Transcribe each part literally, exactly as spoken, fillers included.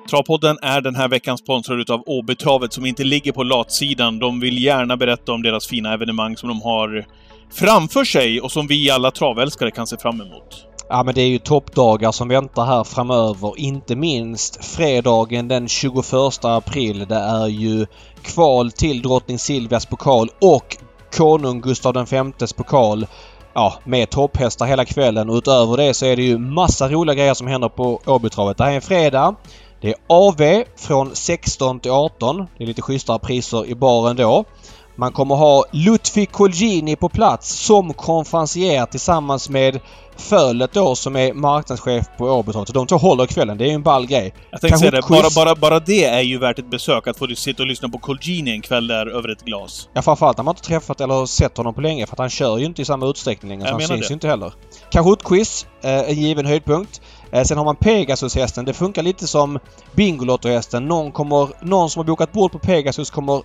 Travpodden är den här veckan sponsrad utav Åbytravet som inte ligger på latsidan. De vill gärna berätta om deras fina evenemang som de har framför sig och som vi alla travälskare kan se fram emot. Ja, men det är ju toppdagar som väntar här framöver. Inte minst fredagen den tjugoförsta april. Det är ju kval till Drottning Silvias pokal och konung Gustav den femtes pokal. Ja, med topphästar hela kvällen. Och utöver det så är det ju massa roliga grejer som händer på Åbytravet. Det här är en fredag. Det är A V från sexton till arton. Det är lite schysstare priser i baren då. Man kommer ha Lutfi Colgjini på plats som konferencier tillsammans med Fölet då som är marknadschef på Åbytravet. Så de två håller kvällen. Det är ju en ball grej. Jag tänkte säga det. Bara, bara, bara det är ju värt ett besök. Att få sitta och lyssna på Colgjini en kväll där över ett glas. Ja, framförallt har man inte träffat eller sett honom på länge. För att han kör ju inte i samma utsträckning längre. Så han syns ju inte heller. Kahoot-quiz. Eh, en given höjdpunkt. Eh, sen har man Pegasus-hästen. Det funkar lite som Bingolotto-hästen. Någon, kommer, någon som har bokat bord på Pegasus kommer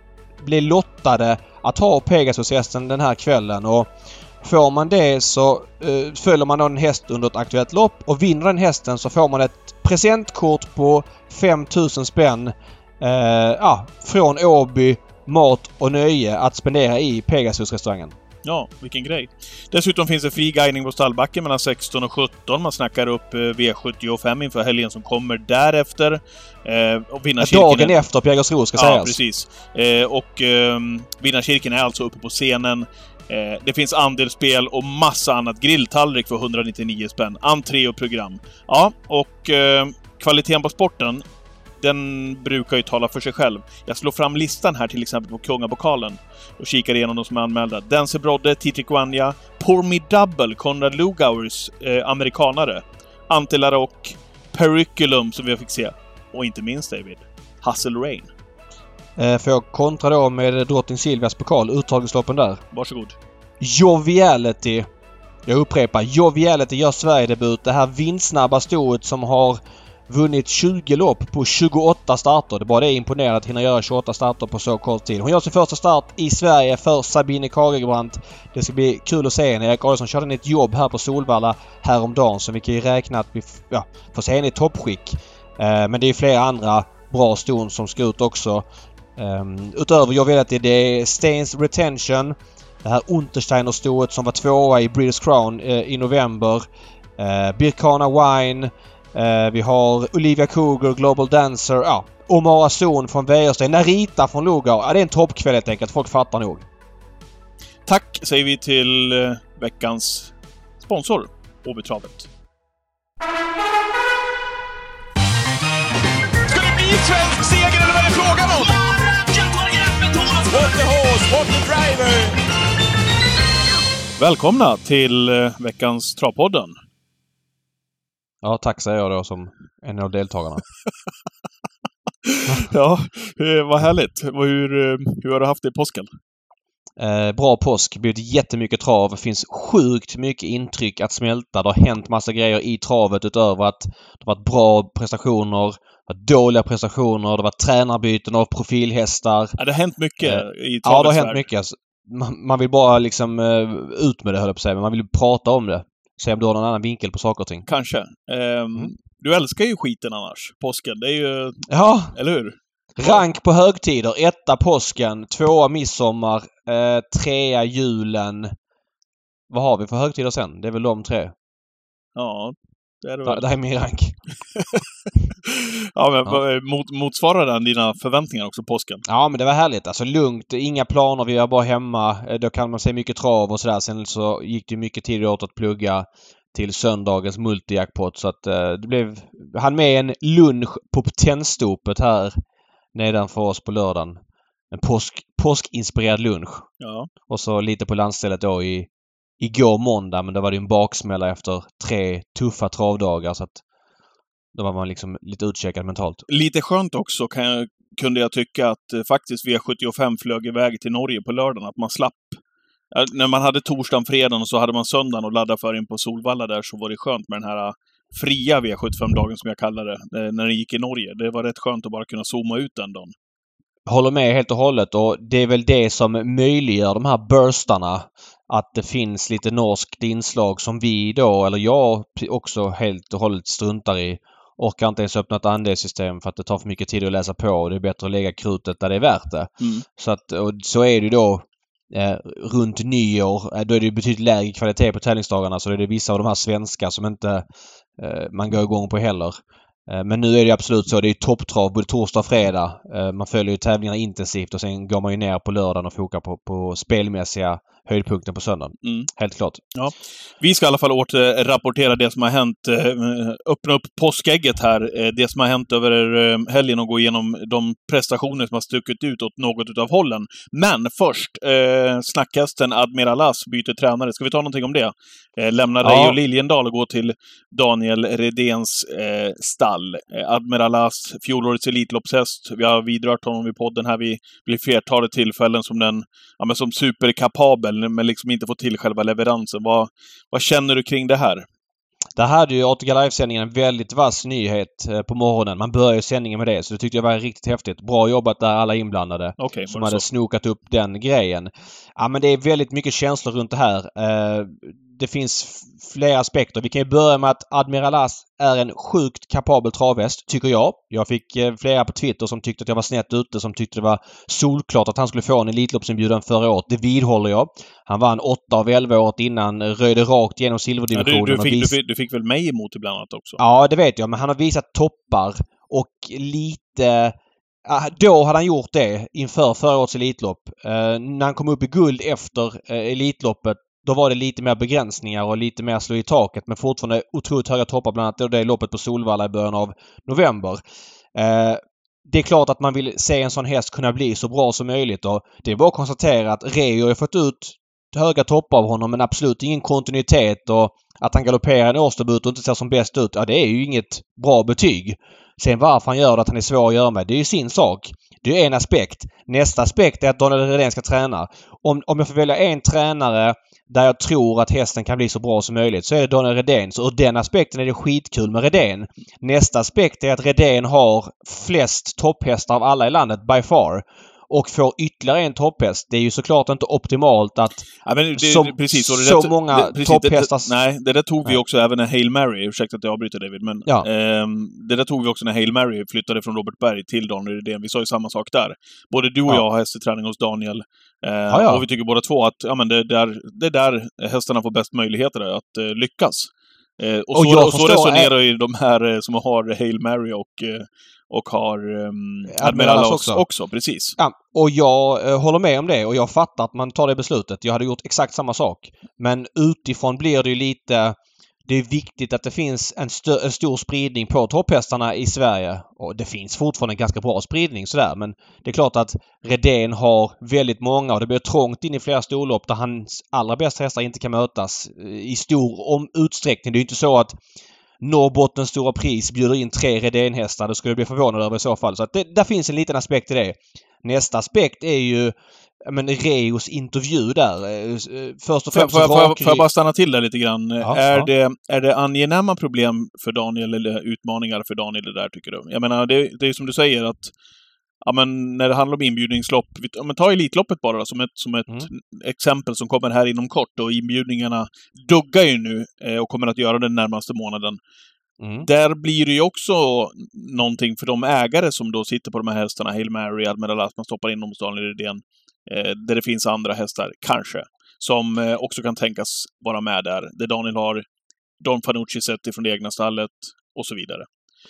bli lottade att ha Pegasus-hästen den här kvällen. Och får man det så uh, följer man en häst under ett aktuellt lopp och vinner den hästen så får man ett presentkort på fem tusen spänn uh, ja, från Åby Mat och Nöje att spendera i Pegasus-restaurangen. Ja, vilken grej. Dessutom finns det fri guidning på stallbacken mellan sexton och sjutton. Man snackar upp V sjuttiofem inför helgen som kommer därefter. Eh, och Dagen efter på Jägersro ska ja, sägas. Ja, precis. Eh, och eh, vinnarkirken är alltså uppe på scenen. Eh, det finns andelsspel och massa annat. Grilltallrik för hundranittionio spänn. Entré och program. Ja, och eh, kvaliteten på sporten, den brukar ju tala för sig själv. Jag slår fram listan här till exempel på Kungapokalen och kikar igenom de som är anmälda. Dense Brodde, Titrikwania, Pour Me Double, Konrad Lugauers eh, amerikanare, Ante Larock, Periculum som vi fick se. Och inte minst David, Hustle Rain. Eh, får jag kontra då med Drottning Silvias pokal, uttagningsloppen där. Varsågod. Joviality. Jag upprepar, Joviality gör Sverigedebut. Det här vindsnabba stoet som har vunnit tjugo lopp på tjugoåtta starter. Det bara det är imponerande att hinna göra tjugoåtta starter på så kort tid. Hon gör sin första start i Sverige för Sabine Kagebrant. Det ska bli kul att se henne. Erik Adelsson körde in ett jobb här på Solvalla häromdagen så vi kan ju räkna att vi ja, får se henne i toppskick. Eh, men det är flera andra bra ston som ska ut också. Um, utöver jag vet att det är Stains Retention, det här Untersteiner-stoet som var tvåa i British Crown uh, i november, uh, Birkana Wine, uh, vi har Olivia Cougar, Global Dancer, ja, Omara Zon från Wäjersten, Narita från Lugau. Ja, det är en toppkväll helt enkelt, folk fattar nog. Tack säger vi till uh, veckans sponsor, Åbytravet. Ska det bli svensk seger eller vad är det frågan om? What the horse, what the driver! Välkomna till uh, veckans Travpodden. Ja, tack säger jag då som en av deltagarna. Ja, vad härligt. Hur, hur har du haft det i påsken? Eh, bra påsk. Det blivit jättemycket trav. Det finns sjukt mycket intryck att smälta. Det har hänt massa grejer i travet utöver att det har varit bra prestationer, dåliga prestationer, det har varit tränarbyten av profilhästar. Ja, det har hänt mycket eh, i travets Ja, det har hänt värld. mycket. Alltså, man, man vill bara liksom uh, ut med det, höll jag på att säga. Men man vill prata om det. Se om du har någon annan vinkel på saker och ting. Kanske. Um, mm. Du älskar ju skiten annars. Påsken, det är ju... Ja. Eller hur? Rank på högtider. Etta påsken, tvåa midsommar, eh, trea julen. Vad har vi för högtider sen? Det är väl de tre? Ja, det är det väl. Det, det här är min rank. Ja, men ja. Mot, motsvarar den dina förväntningar också påsken? Ja, men det var härligt. Alltså lugnt. Inga planer. Vi var bara hemma. Då kan man se mycket trav och sådär. Sen så gick det mycket tid åt att plugga till söndagens multijackpot. Så att eh, det blev... Han med en lunch på Tennstopet här nedanför oss på lördagen. En påsk, påskinspirerad lunch. Ja. Och så lite på landstället då i igår måndag. Men då var det en baksmälla efter tre tuffa travdagar. Så att då var man liksom lite utcheckad mentalt. Lite skönt också kan jag, kunde jag tycka att eh, faktiskt V sjuttiofem flög iväg till Norge på lördagen. Att man slapp. Ja, när man hade torsdagen, fredagen och så hade man söndagen och ladda för in på Solvalla där, så var det skönt med den här fria V sjuttiofem-dagen som jag kallar det. Eh, när det gick i Norge. Det var rätt skönt att bara kunna zooma ut den dagen. Håller med helt och hållet, och det är väl det som möjliggör de här burstarna. Att det finns lite norskt inslag som vi då, eller jag också helt och hållet struntar i. orkar inte ens öppna ett andelssystem för att det tar för mycket tid att läsa på och det är bättre att lägga krutet där det är värt det. Mm. Så att, och så är det ju då eh, runt nyår. Då är det betydligt lägre kvalitet på tävlingsdagarna, så det är det vissa av de här svenska som inte eh, man går igång på heller. Men nu är det absolut så. Det är topptrav både torsdag och fredag. Man följer ju tävlingarna intensivt och sen går man ju ner på lördagen och fokar på, på spelmässiga höjdpunkten på söndagen. Mm. Helt klart. Ja. Vi ska i alla fall återrapportera det som har hänt. Öppna upp påskägget här. Det som har hänt över helgen och gå igenom de prestationer som har stuckit ut åt något utav hållen. Men först, eh, snackhästen Admiral As byter tränare. Ska vi ta någonting om det? Eh, lämna ja. Reijo Liljendal och gå till Daniel Redéns eh, stall. Eh, Admiral As, fjolårets elitloppshäst. Vi har vidrört honom i podden här vid, vid flertalet tillfällen som den, ja, men som superkapabel, men liksom inte få till själva leveransen. Vad, vad känner du kring det här? Där hade ju A T G Live-sändningen en väldigt vass nyhet på morgonen. Man började sändningen med det, så det tyckte jag var riktigt häftigt. Bra jobbat där alla inblandade okay, som hade så. snokat upp den grejen. Ja, men det är väldigt mycket känslor runt det här. Det finns flera aspekter. Vi kan ju börja med att Admiral As är en sjukt kapabel travhäst, tycker jag. Jag fick flera på Twitter som tyckte att jag var snett ute, som tyckte det var solklart att han skulle få en Elitloppsinbjudan förra året. Det vidhåller jag. Han vann åtta av elva året innan, röjde rakt genom silverdivisionen. Ja, du, du, fick, vis- du, fick, du fick väl mig emot ibland annat också? Ja, det vet jag. Men han har visat toppar och lite... Då hade han gjort det inför förra årets Elitlopp. När han kom upp i guld efter Elitloppet, då var det lite mer begränsningar och lite mer slå i taket, men fortfarande otroligt höga toppar, bland annat det loppet på Solvalla i början av november. Eh, det är klart att man vill se en sån häst kunna bli så bra som möjligt, och det är bara att konstatera att Reijo har fått ut höga toppar av honom, men absolut ingen kontinuitet, och att han galopperar en årsdebut och inte ser som bäst ut, ja, det är ju inget bra betyg. Sen varför han gör det, att han är svår att göra med, det är ju sin sak. Det är en aspekt. Nästa aspekt är att Daniel Redén ska träna. Om, om jag får välja en tränare där jag tror att hästen kan bli så bra som möjligt, så är det Daniel Redén. Så ur den aspekten är det skitkul med Redén. Nästa aspekt är att Redén har flest topphästar av alla i landet, by far. Och får ytterligare en topphäst. Det är ju såklart inte optimalt att ja, men det, så, precis, så det, många det, precis, topphästar... Det, det, nej, det där tog nej. vi också även när Hail Mary, ursäkta att jag avbryter David, men ja. eh, det där tog vi också när Hail Mary flyttade från Robert Berg till Daniel Redén. Vi sa ju samma sak där. Både du och ja. jag har hästeträning hos Daniel. Eh, ja, ja. Och vi tycker båda två att ja, men det, där, det är där hästarna får bäst möjligheter att eh, lyckas. Eh, och, och, så, och så resonerar ju är... de här eh, som har Hail Mary och eh, och har um, Admiral As också. också, precis. Ja, och jag eh, håller med om det, och jag fattar att man tar det beslutet. Jag hade gjort exakt samma sak. Men utifrån blir det ju lite... Det är viktigt att det finns en, stö- en stor spridning på topphästarna i Sverige. Och det finns fortfarande en ganska bra spridning sådär. Men det är klart att Redén har väldigt många, och det blir trångt in i flera storlopp där hans allra bästa hästar inte kan mötas i stor om utsträckning. Det är ju inte så att Norrbottens stora pris bjuder in tre Redén-hästar. Det skulle jag bli förvånad över i så fall. Så att det, där finns en liten aspekt i det. Nästa aspekt är ju men Reijos intervju där. Först och främst... Får jag, får jag, får jag bara stanna till där lite grann? Ja, är, ja. Det, är det angenäma problem för Daniel eller utmaningar för Daniel det där, tycker du? Jag menar, det, det är som du säger att ja, men när det handlar om inbjudningslopp, ja, men ta Elitloppet bara då, som ett, som ett mm. exempel som kommer här inom kort, och inbjudningarna duggar ju nu eh, och kommer att göra den närmaste månaden. Mm. Där blir det ju också någonting för de ägare som då sitter på de här hästarna, Hail Mary, Admiral As, man stoppar in dem hos Daniel Redén, eh, där det finns andra hästar, kanske, som eh, också kan tänkas vara med där. Där Daniel har Don Fanucci sett ifrån det egna stallet och så vidare.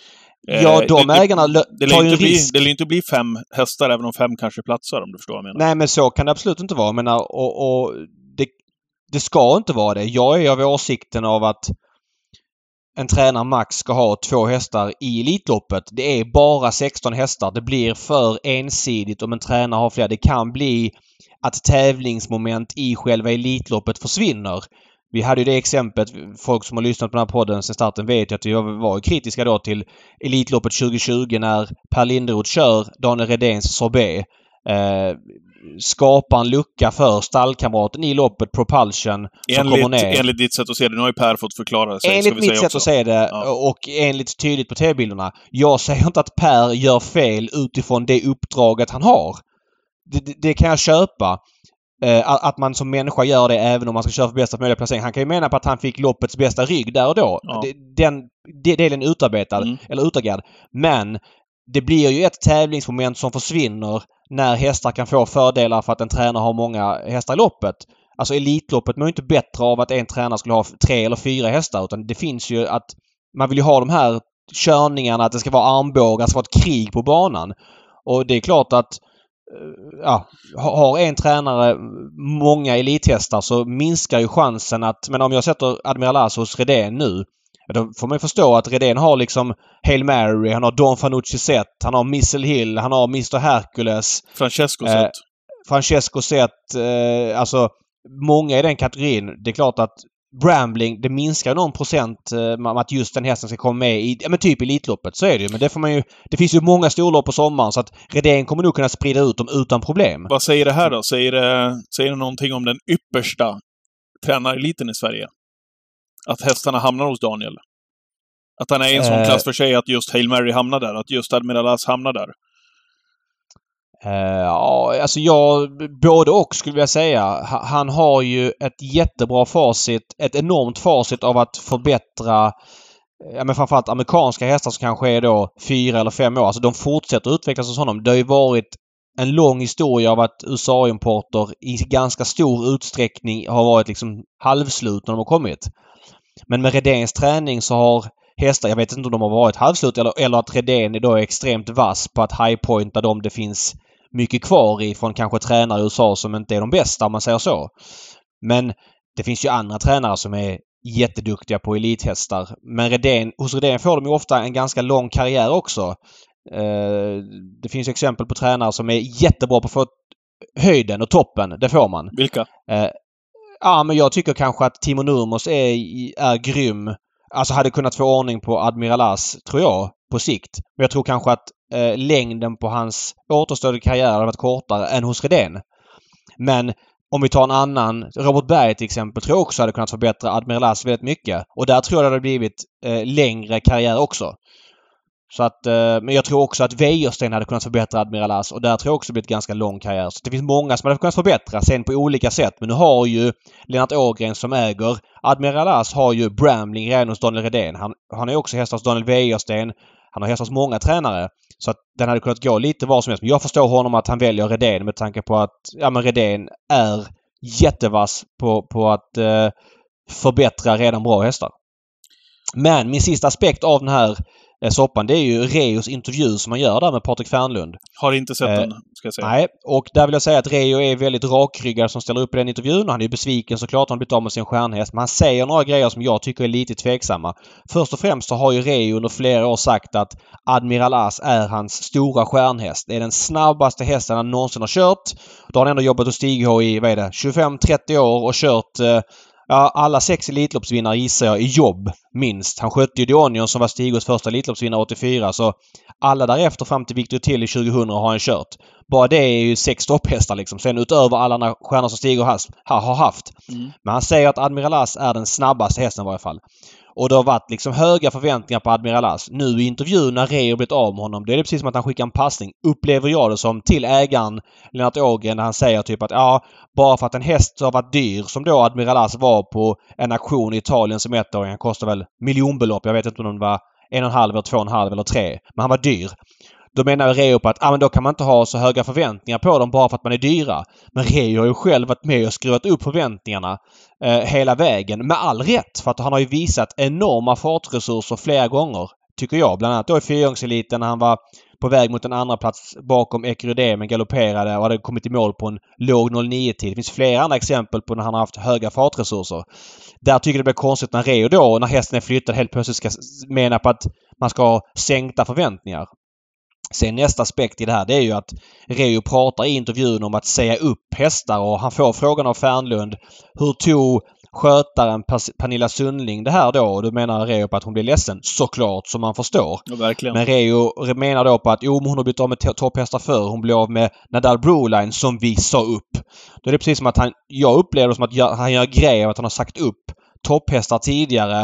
Ja, de det, ägarna det, det tar ju en bli, risk. Det lär inte bli fem hästar, även om fem kanske platsar, om du förstår vad jag menar. Nej, men så kan det absolut inte vara. Jag menar, och, och det, det ska inte vara det. Jag är av åsikten av att en tränare max ska ha två hästar i Elitloppet. Det är bara sexton hästar. Det blir för ensidigt om en tränare har fler. Det kan bli att tävlingsmoment i själva Elitloppet försvinner. Vi hade ju det exemplet, folk som har lyssnat på den här podden sedan starten vet ju att vi var kritiska då till Elitloppet tjugo tjugo när Per Linderoth kör Daniel Redéns sorbet. Eh, skapar en lucka för stallkamraten i loppet, Propulsion, som enligt, kommer ner. Enligt ditt sätt att se det, nu har ju Per fått förklara sig. Enligt mitt sätt också. att se det, ja. Och enligt tydligt på T-bilderna. Jag säger inte att Per gör fel utifrån det uppdraget han har. Det, det, det kan jag köpa. eh, att, att man som människa gör det även om man ska köra för bästa möjliga placering. Han kan ju mena på att han fick loppets bästa rygg där och då. Ja. Det, den det, delen är utarbetad, Mm. eller utagerad. Men det blir ju ett tävlingsmoment som försvinner när hästar kan få fördelar för att en tränare har många hästar i loppet. Alltså Elitloppet mår ju inte bättre av att en tränare skulle ha tre eller fyra hästar, utan det finns ju att man vill ju ha de här körningarna, att det ska vara armbågar, det ska vara ett krig på banan. Och det är klart att ja, har en tränare många elithästar så minskar ju chansen att... Men om jag sätter Admiral As hos Redén nu, då får man förstå att Redén har liksom Hail Mary, han har Don Fanucci Zet, han har Missile Hill, han har mister Hercules. Francesco eh, Zet. Francesco Zet, eh, alltså många i den kategorin. Det är klart att Brambling, det minskar någon procent eh, att just den hästen ska komma med i, ja men typ Elitloppet, så är det ju. Men det får man ju, det finns ju många storlopp på sommaren så att Redén kommer nog kunna sprida ut dem utan problem. Vad säger det här då? Säger det, säger det någonting om den yppersta tränareliten i Sverige? Att hästarna hamnar hos Daniel? Att han är en sån Eh. klass för sig att just Hail Mary hamnar där? Att just Admiral As hamnar där? Uh, ja, alltså jag... Både och skulle jag säga. Ha, han har ju ett jättebra facit. Ett enormt facit av att förbättra... Ja, men framförallt amerikanska hästar som kanske är då fyra eller fem år. Alltså de fortsätter utvecklas hos honom. Det har ju varit en lång historia av att U S A-importer i ganska stor utsträckning har varit liksom halvslut när de har kommit. Men med Redéns träning så har hästar, jag vet inte om de har varit halvslut eller, eller att Redén idag är extremt vass på att highpointa dem det finns mycket kvar i från kanske tränare i U S A som inte är de bästa om man säger så. Men det finns ju andra tränare som är jätteduktiga på elithästar. Men Redén, hos Redén får de ju ofta en ganska lång karriär också. Eh, det finns exempel på tränare som är jättebra på att få höjden och toppen. Det får man. Vilka? Eh, ja, men jag tycker kanske att Timo Nurmos är, är grym. Alltså hade kunnat få ordning på Admiral As, tror jag, på sikt. Men jag tror kanske att eh, längden på hans återstående karriär hade varit kortare än hos Redén. Men om vi tar en annan, Robert Berg till exempel, tror jag också hade kunnat förbättra Admiral As väldigt mycket. Och där tror jag det hade blivit eh, längre karriär också. Så att, eh, men jag tror också att Wäjersten hade kunnat förbättra Admiral As och där tror jag också blivit ganska lång karriär. Så det finns många som hade kunnat förbättra sen på olika sätt. Men nu har ju Lennart Ågren som äger Admiral As har ju Brambling redan hos Daniel Redén. Han, han är också hästar hos Daniel Wäjersten. Han har hästar hos många tränare. Så att den hade kunnat gå lite var som helst. Men jag förstår honom att han väljer Redén med tanke på att ja, men Redén är jättevass på, på att eh, förbättra redan bra hästar. Men min sista aspekt av den här soppan, det är ju Reos intervju som man gör där med Patrik Fernlund. Har inte sett eh, den, ska jag säga. Nej, och där vill jag säga att Reo är väldigt rakryggad som ställer upp i den intervjun. Och han är ju besviken såklart, han har blivit av med sin stjärnhäst. Men han säger några grejer som jag tycker är lite tveksamma. Först och främst så har ju Reo under flera år sagt att Admiral As är hans stora stjärnhäst. Det är den snabbaste hästen han någonsin har kört. Då har han ändå jobbat hos Stig H i, vad är det, tjugofem trettio år och kört eh, ja, alla sex Elitloppsvinnare gissar jag i jobb minst. Han skötte ju The Onion som var Stigos första Elitloppsvinnare åttiofyra, så alla därefter fram till Victor Till i tjugohundra har han kört. Bara det är ju sex topphästar liksom. Sen utöver alla andra stjärnor som Stig har haft. Mm. Men han säger att Admiral As är den snabbaste hästen i varje fall. Och det har varit liksom höga förväntningar på Admiral As. Nu i intervjun när Reo blivit av med honom, det är det precis som att han skickar en passning. Upplever jag det som till ägaren Lennart Ågren när han säger typ att ja, bara för att en häst har varit dyr som då Admiral As var på en auktion i Italien som ettåring. Han kostar väl miljonbelopp. Jag vet inte om det var en och en halv eller två och en halv eller tre. Men han var dyr. Då menar Reo på att ah, men då kan man inte ha så höga förväntningar på dem bara för att man är dyra. Men Reo har ju själv varit med och skruvat upp förväntningarna eh, hela vägen. Med all rätt. För att han har ju visat enorma fartresurser flera gånger. Tycker jag. Bland annat då i fyrhjulingseliten när han var på väg mot en andra plats bakom Ecurydé men galopperade och hade kommit i mål på en låg noll nio-tid. Det finns flera andra exempel på när han har haft höga fartresurser. Där tycker jag det blir konstigt när Reo då, när hästen är flyttad, helt plötsligt ska mena på att man ska ha sänkta förväntningar. Sen nästa aspekt i det här, det är ju att Reo pratar i intervjun om att säga upp hästar och han får frågan av Fernlund: hur tog skötaren Pernilla Sundling det här då? Och då menar Reo på att hon blir ledsen. Såklart, som man förstår. Ja, verkligen. Men Reo menar då på att jo, hon har blivit av med topphästar förr. Hon blev av med Nadal Broline som vi sa upp. Då är det precis som att han, jag upplever det som att han gör grej av att han har sagt upp topphästar tidigare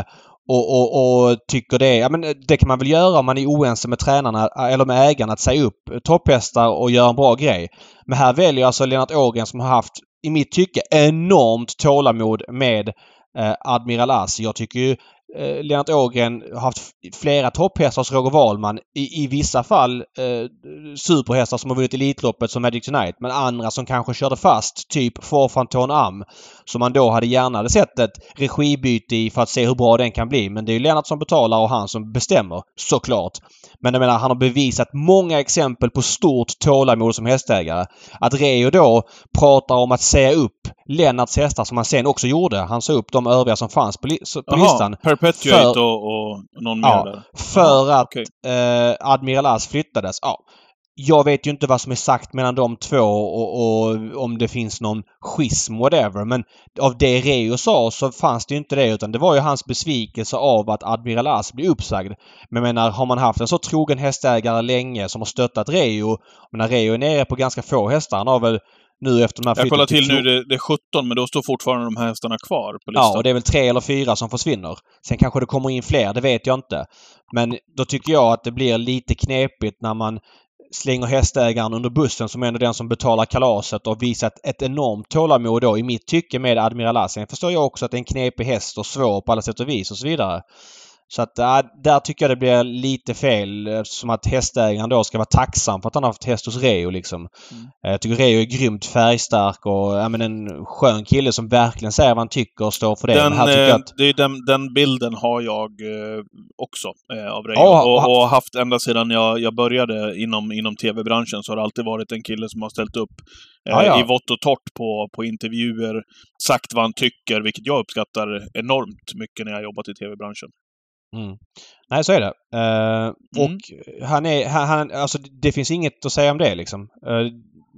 Och, och, och tycker det, ja men det kan man väl göra om man är oense med tränarna eller med ägarna att säga upp topphästar och göra en bra grej. Men här väljer alltså Lennart Ågren som har haft, i mitt tycke, enormt tålamod med eh, Admiral As. Jag tycker ju eh, Lennart Ågren har haft flera topphästar hos Roger Wahlman. I, i vissa fall eh, superhästar som har vunnit Elitloppet som Magic Tonight. Men andra som kanske körde fast, typ Forfanton Am. Som man då hade gärna hade sett ett regibyte i för att se hur bra den kan bli. Men det är ju Lennart som betalar och han som bestämmer, såklart. Men jag menar, han har bevisat många exempel på stort tålamod som hästägare. Att Reo då pratar om att säga upp Lennarts hästar som han sen också gjorde. Han sa upp de övriga som fanns på, li på Aha, listan. Perpetuate för, och, och någon mer ja, där. För Aha, att okay. eh, Admiral As flyttades. Ja. Jag vet ju inte vad som är sagt mellan de två och, och om det finns någon schism, whatever. Men av det Reo sa så fanns det ju inte det, utan det var ju hans besvikelse av att Admiral As blev uppsagd. Men jag menar, har man haft en så trogen hästägare länge som har stöttat Reo, men när Reo är nere på ganska få hästar, han har väl nu efter de här Jag kollar till till nu, det, det är sjutton, men då står fortfarande de här hästarna kvar på listan. Ja, och det är väl tre eller fyra som försvinner. Sen kanske det kommer in fler, det vet jag inte. Men då tycker jag att det blir lite knepigt när man slänger hästägaren under bussen som ändå den som betalar kalaset och visat ett enormt tålamod då i mitt tycke med Admiral As. Sen förstår jag också att det är en knepig häst och svår på alla sätt och vis och så vidare. Så att äh, där tycker jag det blir lite fel, som att hästägaren då ska vara tacksam för att han har haft häst hos Reo liksom. Mm. Jag tycker Reo är grymt färgstark och ja, men en skön kille som verkligen säger vad han tycker och står för det. Den, här tycker jag att... det är den, den bilden har jag eh, också eh, av Reo. Oh, och, och haft ända sedan jag, jag började inom, inom tv-branschen, så har det alltid varit en kille som har ställt upp eh, ah, ja. i vått och torrt på, på intervjuer, sagt vad han tycker, vilket jag uppskattar enormt mycket när jag jobbat i tv-branschen. Mm. Nej, så är det. Uh, och mm. han är, han, han, alltså det finns inget att säga om det liksom. Uh,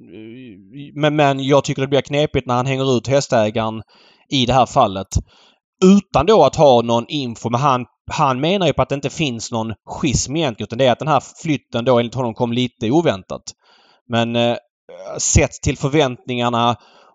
men, men jag tycker det blir knepigt när han hänger ut hästägaren i det här fallet. Utan då att ha någon info. Men han, han menar ju på att det inte finns någon schism egentligen. Utan det är att den här flytten då enligt honom kom lite oväntat. Men uh, sett till förväntningarna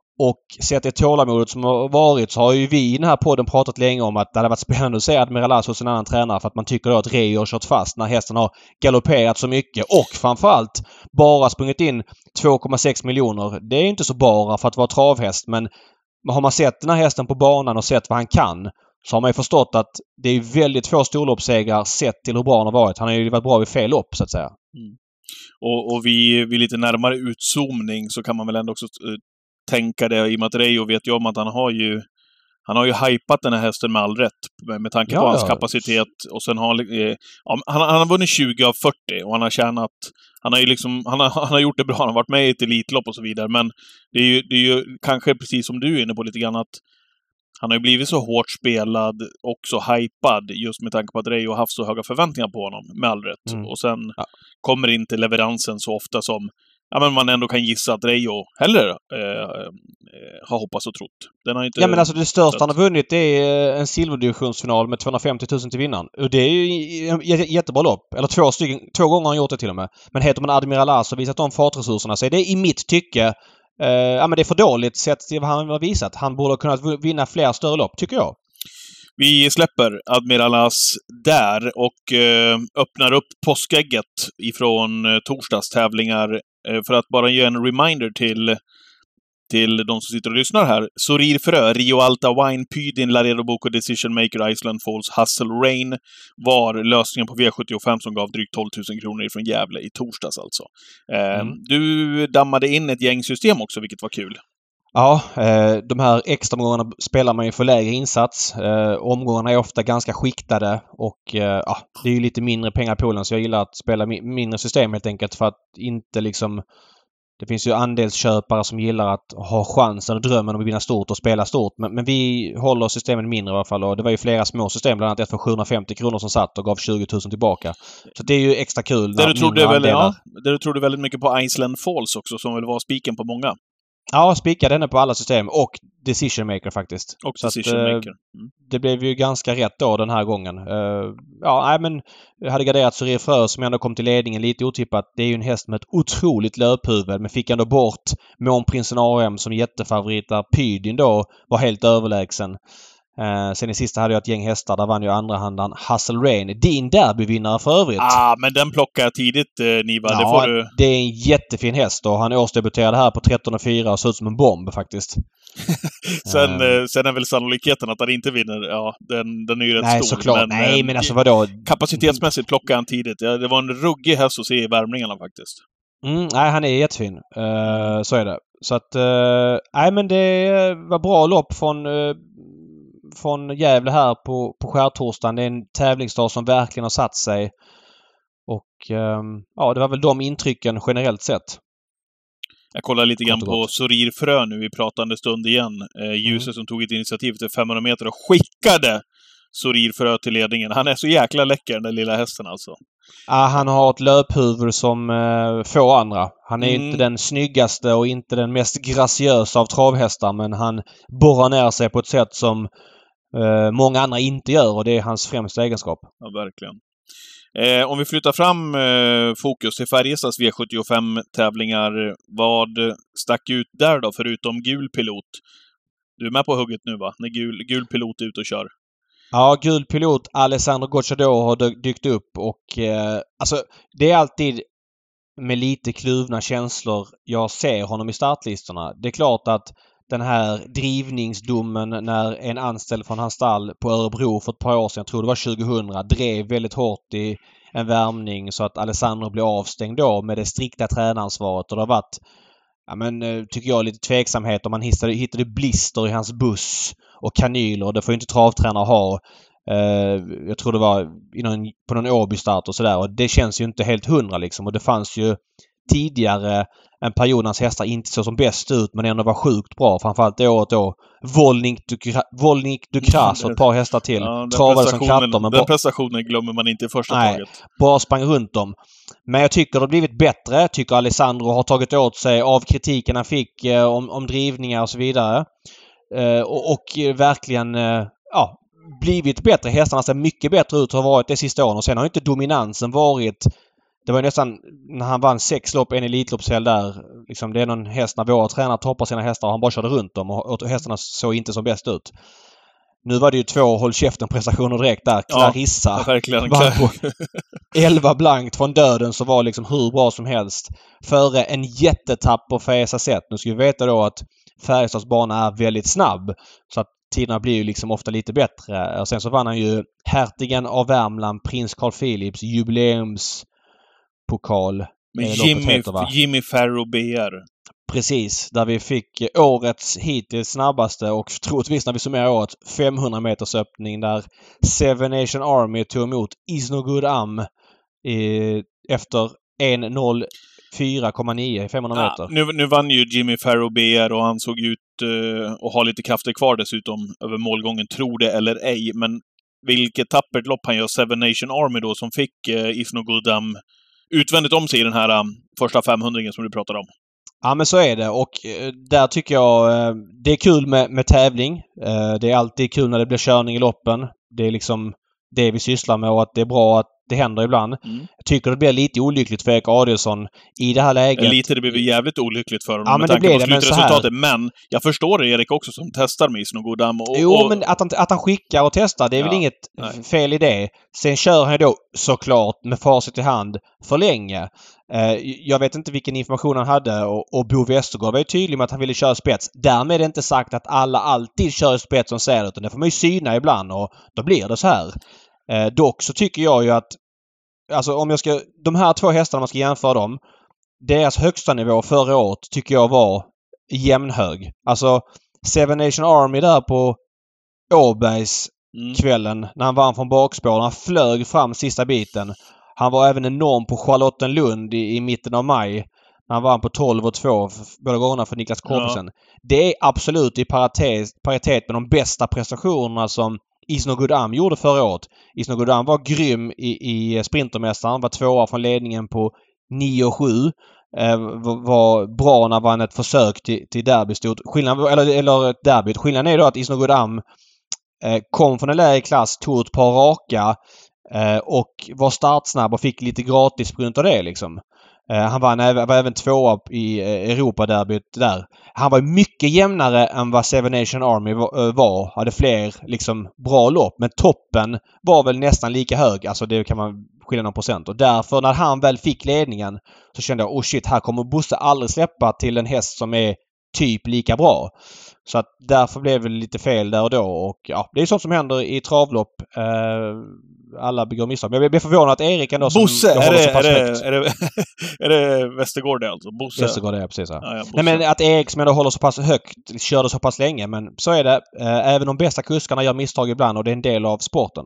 och sett det tålamodet som har varit, så har ju vi i den här podden pratat länge om att det hade varit spännande att se Admiral As hos en annan tränare, för att man tycker då att Reo har kört fast när hästen har galopperat så mycket och framförallt bara sprungit in två komma sex miljoner. Det är inte så bara för att vara travhäst, men har man sett den här hästen på banan och sett vad han kan, så har man ju förstått att det är väldigt få storloppssegrar sett till hur bra han har varit. Han har ju varit bra vid fel lopp så att säga. Mm. Och, och vi, vid lite närmare utzoomning så kan man väl ändå också uh, tänka det, i och med att Reo vet ju om att han har ju han har ju hypat den här hästen med all rätt med, med tanke på ja, hans ja. kapacitet, och sen har eh, han, han har vunnit tjugo av fyrtio och han har tjänat, han har ju liksom han har, han har gjort det bra, han har varit med i ett elitlopp och så vidare, men det är ju, det är ju kanske precis som du är inne på lite grann, att han har ju blivit så hårt spelad och så hypad just med tanke på att Reo har haft så höga förväntningar på honom, med all rätt. Mm. Och sen ja. kommer inte leveransen så ofta som ja, men man ändå kan gissa att Reo heller eh, har hoppats och trott. Den har inte ja, men alltså det största han har vunnit är en silverdivisionsfinal med tvåhundrafemtio tusen till vinnaren. Och det är ju ett jättebra lopp. Eller två stycken, två gånger har han gjort det till och med. Men heter man Admiral As och visat de fartresurserna, så är det i mitt tycke eh, ja, men det är för dåligt sett till vad han har visat. Han borde ha kunnat vinna fler större lopp, tycker jag. Vi släpper Admiral As där och eh, öppnar upp påskägget ifrån eh, torsdags tävlingar. För att bara ge en reminder till, till de som sitter och lyssnar här. Sorir Frö, Rio Alta Wine, Pydin, Laredo Boko, Decision Maker, Iceland Falls, Hustle Rain var lösningen på V sjuttiofem som gav drygt tolv tusen kronor ifrån Gävle i torsdags alltså. Mm. Eh, du dammade in ett gängsystem också, vilket var kul. Ja, eh, de här extra omgångarna spelar man ju för lägre insats. Eh, omgångarna är ofta ganska skiktade och eh, ja, det är ju lite mindre pengar på den, så jag gillar att spela mi- mindre system helt enkelt, för att inte liksom... Det finns ju andelsköpare som gillar att ha chansen och drömmen om att vinna stort och spela stort. Men, men vi håller systemen mindre i alla fall, och det var ju flera små system, bland annat ett för sjuhundrafemtio kronor som satt och gav tjugo tusen tillbaka. Så det är ju extra kul. Där du trodde väl, ja, där du trodde väldigt mycket på Iceland Falls också, som väl var spiken på många. Ja, spikade henne på alla system och Decision Maker faktiskt. Och så Decision att, Maker. Mm. Det blev ju ganska rätt då den här gången. Uh, ja, nej, men jag hade garderat Sorir Frö som ändå kom till ledningen lite otippat. Det är ju en häst med ett otroligt löphuvud, men fick ändå bort Månprinsen A M som jättefavorit, där Pydin då var helt överlägsen. Eh, sen i sista hade jag ett gäng hästar. Där vann ju andrahandan Hustle Rain. Din derbyvinnare för övrigt. Ah, men den plockar jag tidigt, eh, Niva. Ja, det får du... det är en jättefin häst och han årsdebuterade här på tretton och fyra och ser ut som en bomb faktiskt. sen, uh, eh, sen är väl sannolikheten att han inte vinner, ja, den, den är ju rätt nej, stor. Såklart. Men, nej, men alltså vadå? Kapacitetsmässigt plockar han tidigt. Ja, det var en ruggig häst att se i värmningarna faktiskt. Mm, nej, han är jättefin. Uh, så är det. Så att, uh, nej men det var bra lopp från, uh, från Gävle här på, på skärtorsdagen. Det är en tävlingsdag som verkligen har satt sig. Och um, ja, det var väl de intrycken generellt sett. Jag kollar lite grann på Sorir Frö nu i pratande stund igen. Eh, Ljuset mm. som tog ett initiativ till femhundra meter och skickade Sorir Frö till ledningen. Han är så jäkla läcker, den där lilla hästen alltså. Ja, han har ett löphuvud som eh, få andra. Han är mm. inte den snyggaste och inte den mest graciösa av travhästar, men han borrar ner sig på ett sätt som eh, många andra inte gör och det är hans främsta egenskap. Ja, verkligen. Eh, om vi flyttar fram eh, fokus till Färjestads V sjuttiofem-tävlingar, vad stack ut där då, förutom gul pilot? Du är med på hugget nu, va? När gul, gul pilot är ute och kör. Ja, gul pilot Alessandro Gocciador har dykt upp och eh, alltså det är alltid med lite kluvna känslor jag ser honom i startlistorna. Det är klart att den här drivningsdomen när en anställd från hans stall på Örebro för ett par år sedan, jag tror det var tjugohundra, drev väldigt hårt i en värmning så att Alessandro blev avstängd då med det strikta tränaransvaret. Och det har varit, ja men, tycker jag, lite tveksamhet om man hittade, hittade blister i hans buss och kanyler. Det får ju inte travtränare ha. Uh, jag tror det var i någon, på någon Åby-start och sådär. Och det känns ju inte helt hundra liksom. Och det fanns ju tidigare en period hans hästar inte så som bäst ut men ändå var sjukt bra. Framförallt det året då. Volnik Dukras och ett par hästar till. Ja, travade som katter. Men den prestationen glömmer man inte i första nej, taget. Bara sprang runt dem. Men jag tycker det har blivit bättre. Jag tycker Alessandro har tagit åt sig av kritiken han fick eh, om, om drivningar och så vidare. Eh, och, och verkligen eh, ja, blivit bättre. Hästarna ser mycket bättre ut och har varit det sista åren. Och sen har inte dominansen varit... Det var ju nästan när han vann sex lopp, en elitloppshelg där. Liksom det är någon häst när våra tränare toppar sina hästar och han bara körde runt dem och, och hästarna såg inte som bäst ut. Nu var det ju två håll käften-prestationer direkt där. Clarissa ja, verkligen. vann på elva blankt från döden så var liksom hur bra som helst. Före en jättetapp på Färjestad sätt. Nu ska vi veta då att Färjestads bana är väldigt snabb. Så att tiderna blir ju liksom ofta lite bättre. Och sen så vann han ju hertigen av Värmland, prins Carl Philips jubileums pokal. Med Jimmy, heter, Jimmy Farrow B R. Precis, där vi fick årets hittills snabbaste och troligtvis när vi summerar året femhundra meters öppning där Seven Nation Army tog emot Isnogud Am eh, efter en noll fyra komma nio i femhundra meter. Ja, nu, nu vann ju Jimmy Farrow B R och han såg ut eh, att ha lite krafter kvar dessutom över målgången, tror det eller ej. Men vilket tappert lopp han gör, Seven Nation Army då, som fick eh, Isnogud Am utvändigt om sig i den här um, första femhundringen som du pratade om. Ja men så är det och uh, där tycker jag uh, det är kul med, med tävling. Uh, det är alltid kul när det blir körning i loppen. Det är liksom det vi sysslar med och att det är bra att det händer ibland. Mm. Jag tycker det blir lite olyckligt för Erik Adielsson i det här läget. Lite, det blir jävligt olyckligt för honom ja, med tanke på det, slutresultatet. Men, men jag förstår det, Erik, också som testar med Isnogud Am. Och, jo, och... men att han, att han skickar och testar, det är ja, väl inget nej. fel i det. Sen kör han då såklart med facit i hand för länge. Eh, jag vet inte vilken information han hade och, och Bo Westergaard var ju tydlig med att han ville köra spets. Därmed är det inte sagt att alla alltid kör spets som säger det, utan det får man ju syna ibland och då blir det så här. Eh, dock så tycker jag ju att alltså om jag ska, de här två hästarna man ska jämföra dem, deras högsta nivå förra året tycker jag var jämnhög. Alltså Seven Nation Army där på Åbergs mm. kvällen när han vann från bakspår. Han flög fram sista biten. Han var även enorm på Charlottenlund i, i mitten av maj. När han vann på tolv och två båda gångerna för Niklas Korpesen. Ja. Det är absolut i paritet, paritet med de bästa prestationerna som Isnogud Am gjorde förra året. Isnogud Am var grym i, i Sprintermästaren. Var tvåa från ledningen på nio och sju. Eh, var bra när vann ett försök till, till derbystort. Skillnaden, eller, eller ett derbyt. Skillnaden är då att Isnogud Am eh, kom från en lägre klass, tog ett par raka eh, och var startsnabb och fick lite gratis på grund av det liksom. Han vann även, var även tvåa i Europa-derbyt där. Han var mycket jämnare än vad Seven Nation Army var. Hade fler liksom bra lopp. Men toppen var väl nästan lika hög. Alltså det kan man skilja någon procent. Och därför när han väl fick ledningen så kände jag, oh shit, här kommer Bosse aldrig släppa till en häst som är typ lika bra. Så att därför blev det lite fel där och då. Och ja, det är sånt som händer i travlopp. Uh, alla begår misstag. Men jag blir förvånad att Erik ändå som Bosse, är det, så pass är, högt. det, är, det, är det Västergård det alltså? Bosse? Västergård är precis. Ja. Ja, ja, Nej, men att Erik som ändå håller så pass högt körde så pass länge. Men så är det. Uh, även de bästa kuskarna gör misstag ibland och det är en del av sporten.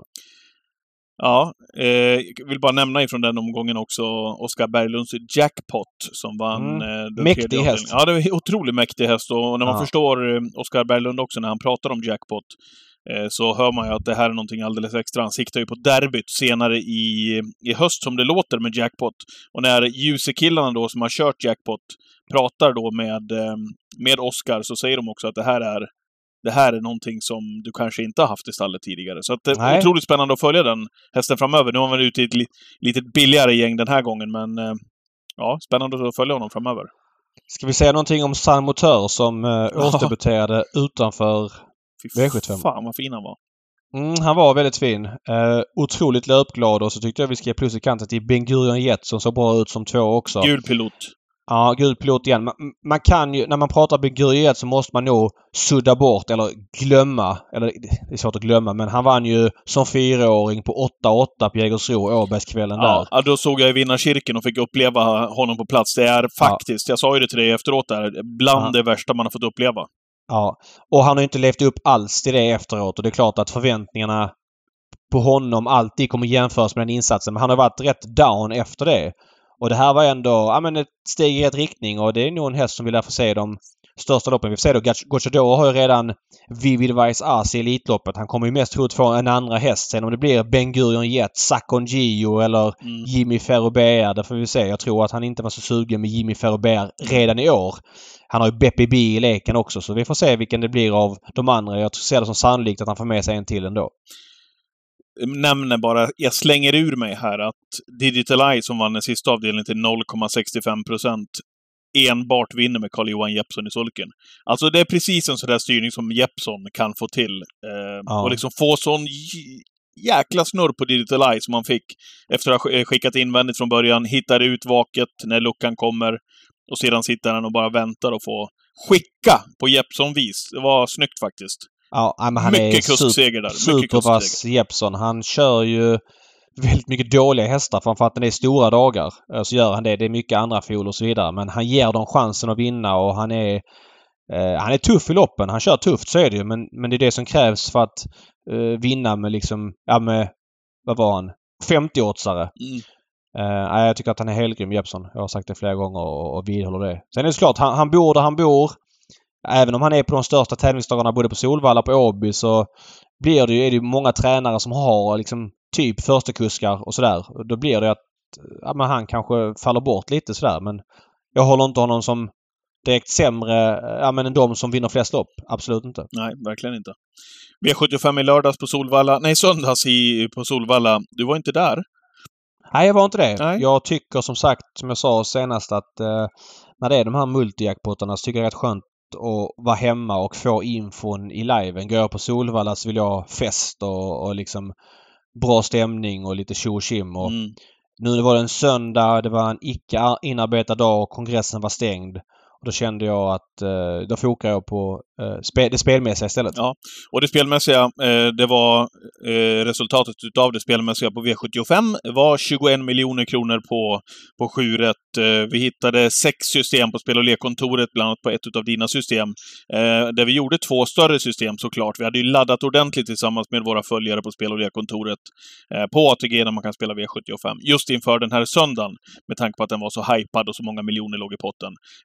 Ja, eh, jag vill bara nämna ifrån den omgången också Oskar Berglunds Jackpot som vann Mm. eh, den Mäktig tredje häst. Ja, det är en otroligt mäktig häst och när man Ja. förstår eh, Oskar Berglund också när han pratar om Jackpot eh, så hör man ju att det här är någonting alldeles extra. Han siktar ju på derbyt senare i, i höst som det låter med Jackpot. Och när Ljuse-killarna då som har kört Jackpot pratar då med, eh, med Oskar så säger de också att det här är Det här är någonting som du kanske inte har haft i stallet tidigare. Så att det är Nej. otroligt spännande att följa den hästen framöver. Nu har man ute i ett li- lite billigare gäng den här gången, men eh, ja, spännande att följa honom framöver. Ska vi säga någonting om San Motör som eh, årsdebuterade utanför Fy V sjuttiofem? fan vad fin han var. Mm, han var väldigt fin. Eh, otroligt löpglad och så tyckte jag vi ska ge plus i kanten till Ben Gurion Jet som såg bra ut som två också. Gul pilot. Ja, gul pilot igen. Man, man kan ju, när man pratar Ben Gurion Jet så måste man nog sudda bort eller glömma, eller det är svårt att glömma, men han vann ju som fyraåring på åtta åtta på Jägersro Åbergskvällen Ja, där. ja, då såg jag i vinnarkirken och fick uppleva honom på plats. Det är faktiskt, ja. Jag sa ju det till dig efteråt där, bland Ja. det värsta man har fått uppleva. Ja, och han har inte levt upp alls till det efteråt och det är klart att förväntningarna på honom alltid kommer jämföras med den insatsen. Men han har varit rätt down efter det. Och det här var ändå ja, men ett steg i rätt riktning och det är nog en häst som vi lär få se de största loppen. Vi får se då, Gocciador har ju redan Vivid Vice As i Elitloppet. Han kommer ju mest hot få en andra häst. Sen om det blir Ben Gurion Jet, Sakon Gio eller Mm. Jimmy Ferrobear, det får vi se. Jag tror att han inte var så sugen med Jimmy Ferrobear redan i år. Han har ju Beppe B i leken också så vi får se vilken det blir av de andra. Jag ser det som sannolikt att han får med sig en till ändå. Nämner bara, jag slänger ur mig här att Digital Eye som vann den sista avdelningen till noll komma sextiofem procent enbart vinner med Carl-Johan Jeppsson i sulken. Alltså det är precis en sån där styrning som Jeppsson kan få till. Eh, Ja. Och liksom få sån j- jäkla snurr på Digital Eye som man fick efter att ha sk- skickat invändigt från början, hittar ut vaket när luckan kommer och sedan sitter han och bara väntar och får skicka på Jeppsson-vis. Det var snyggt faktiskt. Ja, men han Mycket är kuskseger där. Mycket supervass kuskseger. Jeppsson. Han kör ju väldigt mycket dåliga hästar framför att det är stora dagar. Så gör han det. Det är mycket andra fjol och så vidare. Men han ger dem chansen att vinna och han är eh, han är tuff i loppen. Han kör tufft så är det ju. Men, men det är det som krävs för att eh, vinna med liksom, ja med, vad var han? femtio-åtsare. Mm. Uh, jag tycker att han är helgrym, Jeppsson. Jag har sagt det flera gånger och, och vidhåller det. Sen är det såklart, han, han bor där han bor. Även om han är på de största tävlingsdagarna både på Solvalla och på Åby så blir det ju, är det ju många tränare som har liksom typ förstekuskar och sådär. Då blir det att ja, men han kanske faller bort lite sådär. Men jag håller inte honom som direkt sämre ja, men än de som vinner flest lopp. Absolut inte. Nej, verkligen inte. V sjuttiofem i lördags på Solvalla. Nej, söndags i, på Solvalla. Du var inte där? Nej, jag var inte det. Nej. Jag tycker som sagt, som jag sa senast, att eh, när det är de här multijackpottarna så tycker jag det är rätt skönt att vara hemma och få infon i liven. Går jag på Solvalla så vill jag ha fest och, och liksom bra stämning och lite tjo och tjim. Och Mm. nu var det en söndag, det var en icke inarbetad dag och kongressen var stängd. Och då kände jag att eh, då fokar jag på eh, spe, det spelmässiga istället. Ja, och det spelmässiga, eh, det var eh, resultatet utav det spelmässiga på V sjuttiofem var tjugoen miljoner kronor på, på sju rätt. Eh, vi hittade sex system på spel- och lekkontoret, bland annat på ett utav dina system. Eh, där vi gjorde två större system såklart. Vi hade ju laddat ordentligt tillsammans med våra följare på spel- och lekkontoret eh, på A T G där man kan spela V sjuttiofem. Just inför den här söndagen, med tanke på att den var så hypad och så många miljoner låg i potten. Eh, det blev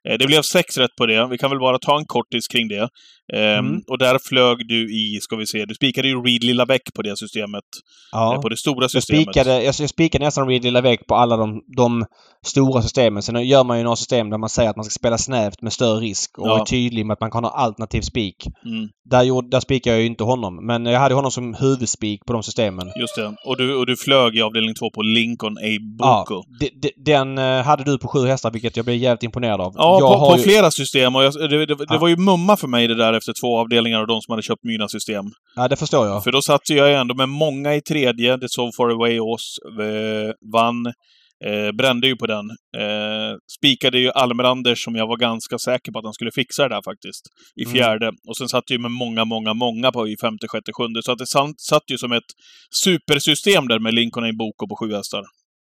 sex rätt på det. Vi kan väl bara ta en kortis kring det. Ehm, Mm. Och där flög du i, ska vi se, du spikade ju Reed Lilla Väck på det systemet. Ja. Eh, På det stora Jag systemet. spikade, jag, jag spikade nästan Reed Lilla Väck på alla de, de stora systemen. Sen gör man ju några system där man säger att man ska spela snävt med större risk och Ja. är tydlig med att man kan ha alternativ spik. Mm, Där, gjorde, där spikade jag ju inte honom. Men jag hade honom som huvudspik på de systemen. just det. Och du, och du flög i avdelning två på Lincoln A. Ja, Boko. de, de, den eh, hade du på sju hästar, vilket jag blev jävligt imponerad av. Ja, jag på, har på ju, flera system. Och jag, det, det, det Ja. var ju mumma för mig det där efter två avdelningar och de som hade köpt mina system. Ja, det förstår jag. För då satt ju jag ändå med många i tredje. Det So Far Away Ås eh, vann. Eh, brände ju på den. Eh, spikade ju Almeranders som jag var ganska säker på att han skulle fixa det där faktiskt. I Mm. fjärde. Och sen satt ju med många, många, många på i femte, sjätte, sjunde. Så att det satt, satt ju som ett supersystem där med Lincoln A. Boko på sju hästar.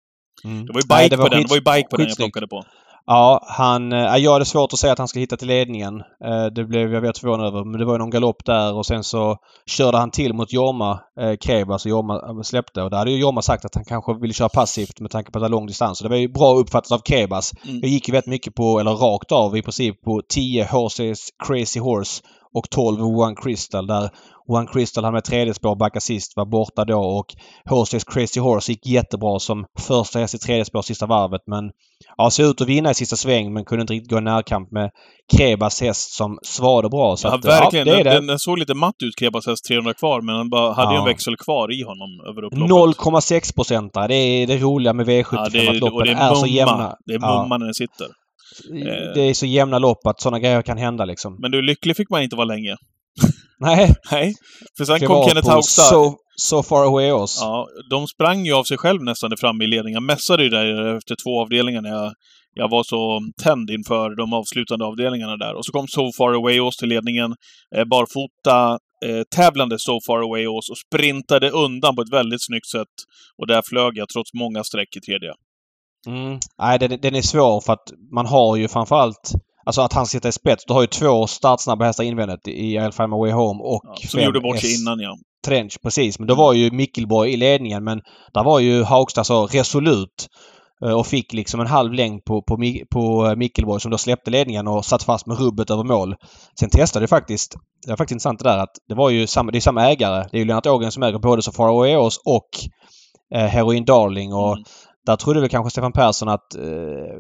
Mm. Det var ju Nej, bike det var på den. skits- Det var ju bike på den jag skitsnyggt. plockade på. Ja, han... Äh, jag hade svårt att säga att han skulle hitta till ledningen. Eh, det blev jag väldigt förvånad över. Men det var ju någon galopp där och sen så körde han till mot Jorma eh, Keba, så Jorma släppte. Och där hade ju Jorma sagt att han kanske ville köra passivt med tanke på att det är lång distans. Så det var ju bra uppfattat av Kebas. Mm. Jag gick ju väldigt mycket på, eller rakt av i princip, på tio Horses Crazy Horse och tolv One Crystal. Där One Crystal han med tredje spår backa sist var borta då och Horses Crazy Horse gick jättebra som första häst i tredje spår sista varvet. Men ja, såg ut att vinna i sista sväng men kunde inte riktigt gå i närkamp med Krebas häst som svarade bra. Så Ja, att, verkligen. Ja, det är den, det. den, den såg lite matt ut, Kebas häst trehundra kvar, men han bara hade ju Ja. en växel kvar i honom över upploppet. noll komma sex procent. Det är det roliga med V sjuttiofem. Ja, det, att är, loppen och det är, är, mumma. så jämna. Det är Ja. mumma när den sitter. Det är så jämna lopp att sådana grejer kan hända liksom. Men du, lycklig fick man inte vara länge. Nej. Nej. För sen Det kom var Kenneth på Haugstad. so, so far away oss. Ja, de sprang ju av sig själv nästan där framme i ledningen. Jag mässade ju där efter två avdelningar när jag, jag var så tänd inför de avslutande avdelningarna där. Och så kom So Far Away Ås till ledningen. Eh, barfota eh, tävlande So Far Away Ås och sprintade undan på ett väldigt snyggt sätt. Och där flög jag trots många streck i tredje. Mm. Nej, den, den är svår för att man har ju framförallt... Alltså att han sitter i spets. Du har ju två startsnabba hästar invändigt i I'll Find My Way Home och Ja, som fem gjorde bort sig S. innan, ja. Trench, precis. Men då var ju Mickelborg i ledningen men där var ju Haugstad så resolut eh, och fick liksom en halv längd på, på, Mi- på Mickelborg som då släppte ledningen och satt fast med rubbet över mål. Sen testade det faktiskt, det var faktiskt intressant det där att det var ju samma, det är samma ägare. Det är ju Lennart Ågren som äger både So Far Away Oz och eh, Heroin Darling och Mm. där trodde väl kanske Stefan Persson att eh,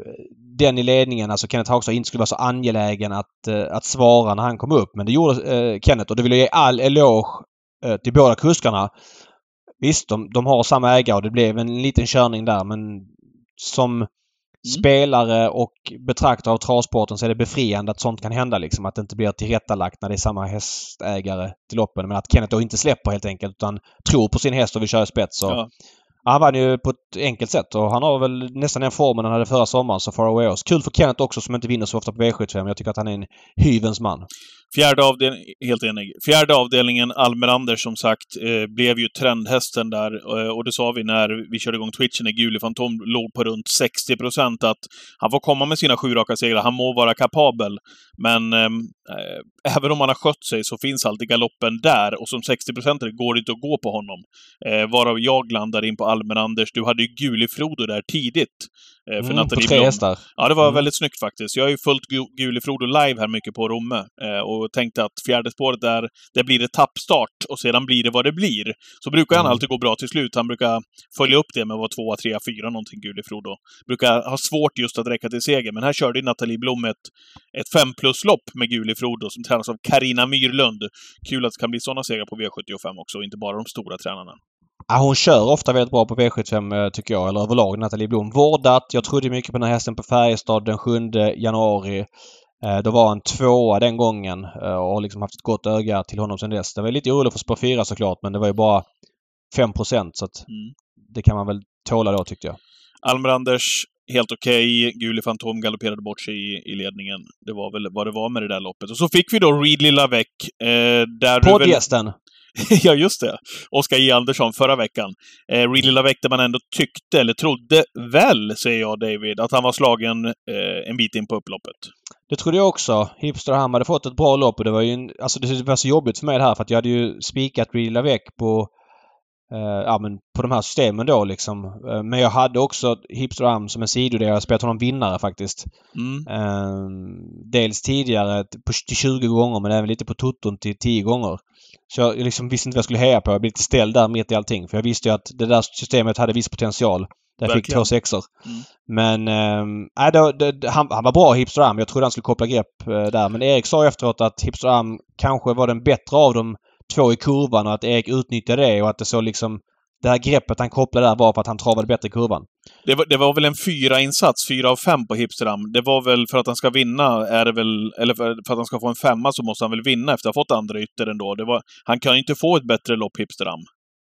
den i ledningen, alltså Kenneth Haugstad, inte skulle vara så angelägen att, eh, att svara när han kom upp. Men det gjorde eh, Kenneth och det vill jag ge all eloge eh, till båda kuskarna. Visst, de, de har samma ägare och det blev en liten körning där men som mm. spelare och betraktare av travsporten så är det befriande att sånt kan hända liksom. Att det inte blir tillrättalagt när det är samma hästägare till loppen. Men att Kenneth då inte släpper helt enkelt utan tror på sin häst och vill köra spets. Och Ja. han vann ju på ett enkelt sätt och han har väl nästan den formen han hade förra sommaren, So Far Away Oz. Kul för Kenneth också som inte vinner så ofta på V sjuttiofem. Jag tycker att han är en hyvens man. Fjärde avdelningen, helt enig. Fjärde avdelningen, Almeranders som sagt, eh, blev ju trendhästen där. Eh, och det sa vi när vi körde igång Twitchen när Guli Fantom låg på runt sextio procent att han får komma med sina sju raka segrar. Han må vara kapabel. Men eh, även om han har skött sig så finns alltid galoppen där. Och som sextio procent går det inte att gå på honom. Eh, varav jag landar in på Almeranders. Du hade ju Guli Frodo där tidigt. Eh, för Mm, Nathalie på tre Blom. hästar. Ja, det var Mm. väldigt snyggt faktiskt. Jag har ju följt Gu- Guli Frodo live här mycket på Romme eh, och tänkte att fjärde spåret där, det blir etappstart och sedan blir det vad det blir. Så brukar han Mm. alltid gå bra till slut. Han brukar följa upp det med att vara tvåa, trea, fyra någonting, Guli Frodo. Brukar ha svårt just att räcka till seger, men här körde ju Nathalie Blom ett, ett fem plus-lopp med Guli Frodo som tränas av Carina Myrlund. Kul att det kan bli sådana segrar på V sjuttiofem också, och inte bara de stora tränarna. Ja, hon kör ofta väldigt bra på V sjuttiofem eh, tycker jag, eller överlag Nathalie Blom. Vårdat. Jag trodde mycket på den här hästen på Färjestad den sjunde januari. Eh, då var han tvåa den gången eh, och har liksom haft ett gott öga till honom sedan dess. Det var lite oroligt för spår fyra såklart, men det var ju bara fem procent så att Mm. det kan man väl tåla då tyckte jag. Almeranders, helt okej. Okay. Guli Fantom galopperade bort sig i, i ledningen. Det var väl vad det var med det där loppet. Och så fick vi då Reed Lilla Väck. Eh, där du väl... Poddgästen! Ja, just det. Oskar J. Andersson förra veckan. Eh, Reed Lilla Väck där man ändå tyckte, eller trodde väl, säger jag David, att han var slagen eh, en bit in på upploppet. Det trodde jag också. Hipsterham hade fått ett bra lopp och det var ju en, alltså det var så jobbigt för mig det här för att jag hade ju spikat Reed Lilla Väck på uh, ja, men på de här systemen då liksom. Uh, men jag hade också Hipster Am som en sidodel. Jag spelat honom vinnare faktiskt. Mm. Uh, dels tidigare på, till tjugo gånger men även lite på tutton till tio gånger. Så jag liksom visste inte vad jag skulle heja på. Jag blev lite ställd där mitt i allting. För jag visste ju att det där systemet hade viss potential. Där jag fick två sexor. Mm. Men äh, då, då, han, han var bra Hipster Am. Jag trodde han skulle koppla grepp äh, där. Men Erik sa efteråt att Hipster Am kanske var den bättre av de två i kurvan och att Erik utnyttjade det och att det så liksom det här greppet han kopplade där var för att han travade bättre i kurvan. Det var, det var väl en fyra-insats, fyra av fem på Hipster Am. Det var väl för att han ska vinna, är det väl, eller för, för att han ska få en femma så måste han väl vinna efter att ha fått andra ytter ändå. Det var, han kan ju inte få ett bättre lopp Hipster Am.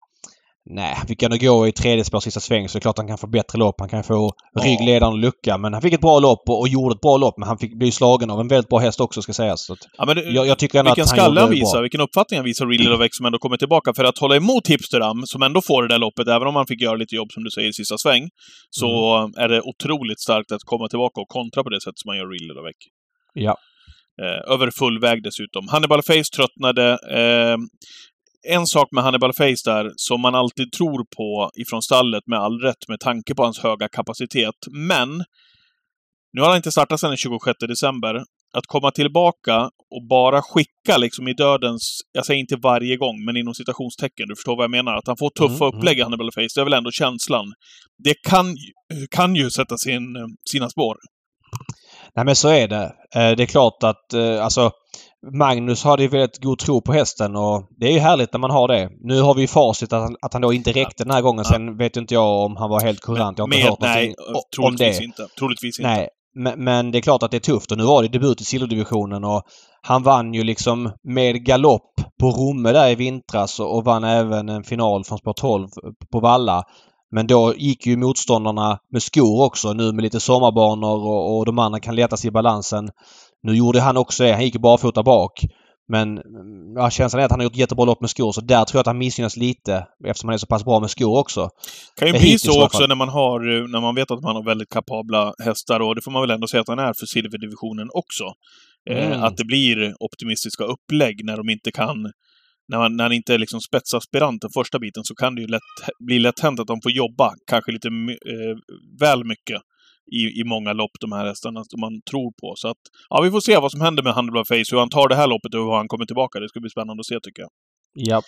Nej, vi kan nog gå i tredje spår sista sväng så det är klart han kan få bättre lopp. Han kan få ja. ryggledaren och lucka. Men han fick ett bra lopp och, och gjorde ett bra lopp. Men han fick bli slagen av en väldigt bra häst också ska sägas. Så att ja, men det, jag, jag tycker vilken att han skalle han visar, bra. vilken uppfattning han visar Really Love X som ändå kommer tillbaka. För att hålla emot Hipster Am, som ändå får det där loppet, även om han fick göra lite jobb som du säger i sista sväng, så mm. är det otroligt starkt att komma tillbaka och kontra på det sätt som man gör Really Love X. Ja. Eh, över full väg dessutom. Hannibal Face tröttnade. Eh, En sak med Hannibal Face där, som man alltid tror på ifrån stallet med all rätt med tanke på hans höga kapacitet. Men, nu har han inte startat sedan den tjugosjätte december. Att komma tillbaka och bara skicka liksom i dödens, jag säger inte varje gång, men inom citationstecken, du förstår vad jag menar. Att han får tuffa mm, upplägg i Hannibal Face, det är väl ändå känslan. Det kan, kan ju sätta sin, sina spår. Nej, men så är det. Det är klart att, alltså, Magnus hade ju väldigt god tro på hästen och det är ju härligt när man har det. Nu har vi ju facit att han, att han då inte räckte den här gången. Sen ja. vet inte jag om han var helt kurant. Jag har inte hört nej, om, om det. Inte. Troligtvis inte. Nej, men, men det är klart att det är tufft. Och nu var det debut i silverdivisionen och han vann ju liksom med galopp på Romme där i vintras och, och vann även en final från spår tolv på Valla. Men då gick ju motståndarna med skor också. Nu med lite sommarbanor och, och de andra kan leta sig i balansen. Nu gjorde han också det. Han gick ju barfota bak. Men ja, känslan är att han har gjort jättebra lopp med skor. Så där tror jag att han missgynnas lite. Eftersom han är så pass bra med skor också. Kan ju bli så också när man har när man vet att man har väldigt kapabla hästar. Och det får man väl ändå säga att han är för silverdivisionen också. Mm. Eh, att det blir optimistiska upplägg när de inte kan... När, man, när han inte är liksom spetsaspirant den första biten så kan det ju lätt, bli lätt hänt att de får jobba kanske lite eh, väl mycket i, i många lopp, de här hästarna som man tror på. Så att, ja, vi får se vad som händer med Hannibal Face, hur han tar det här loppet och hur han kommer tillbaka. Det ska bli spännande att se, tycker jag. Japp.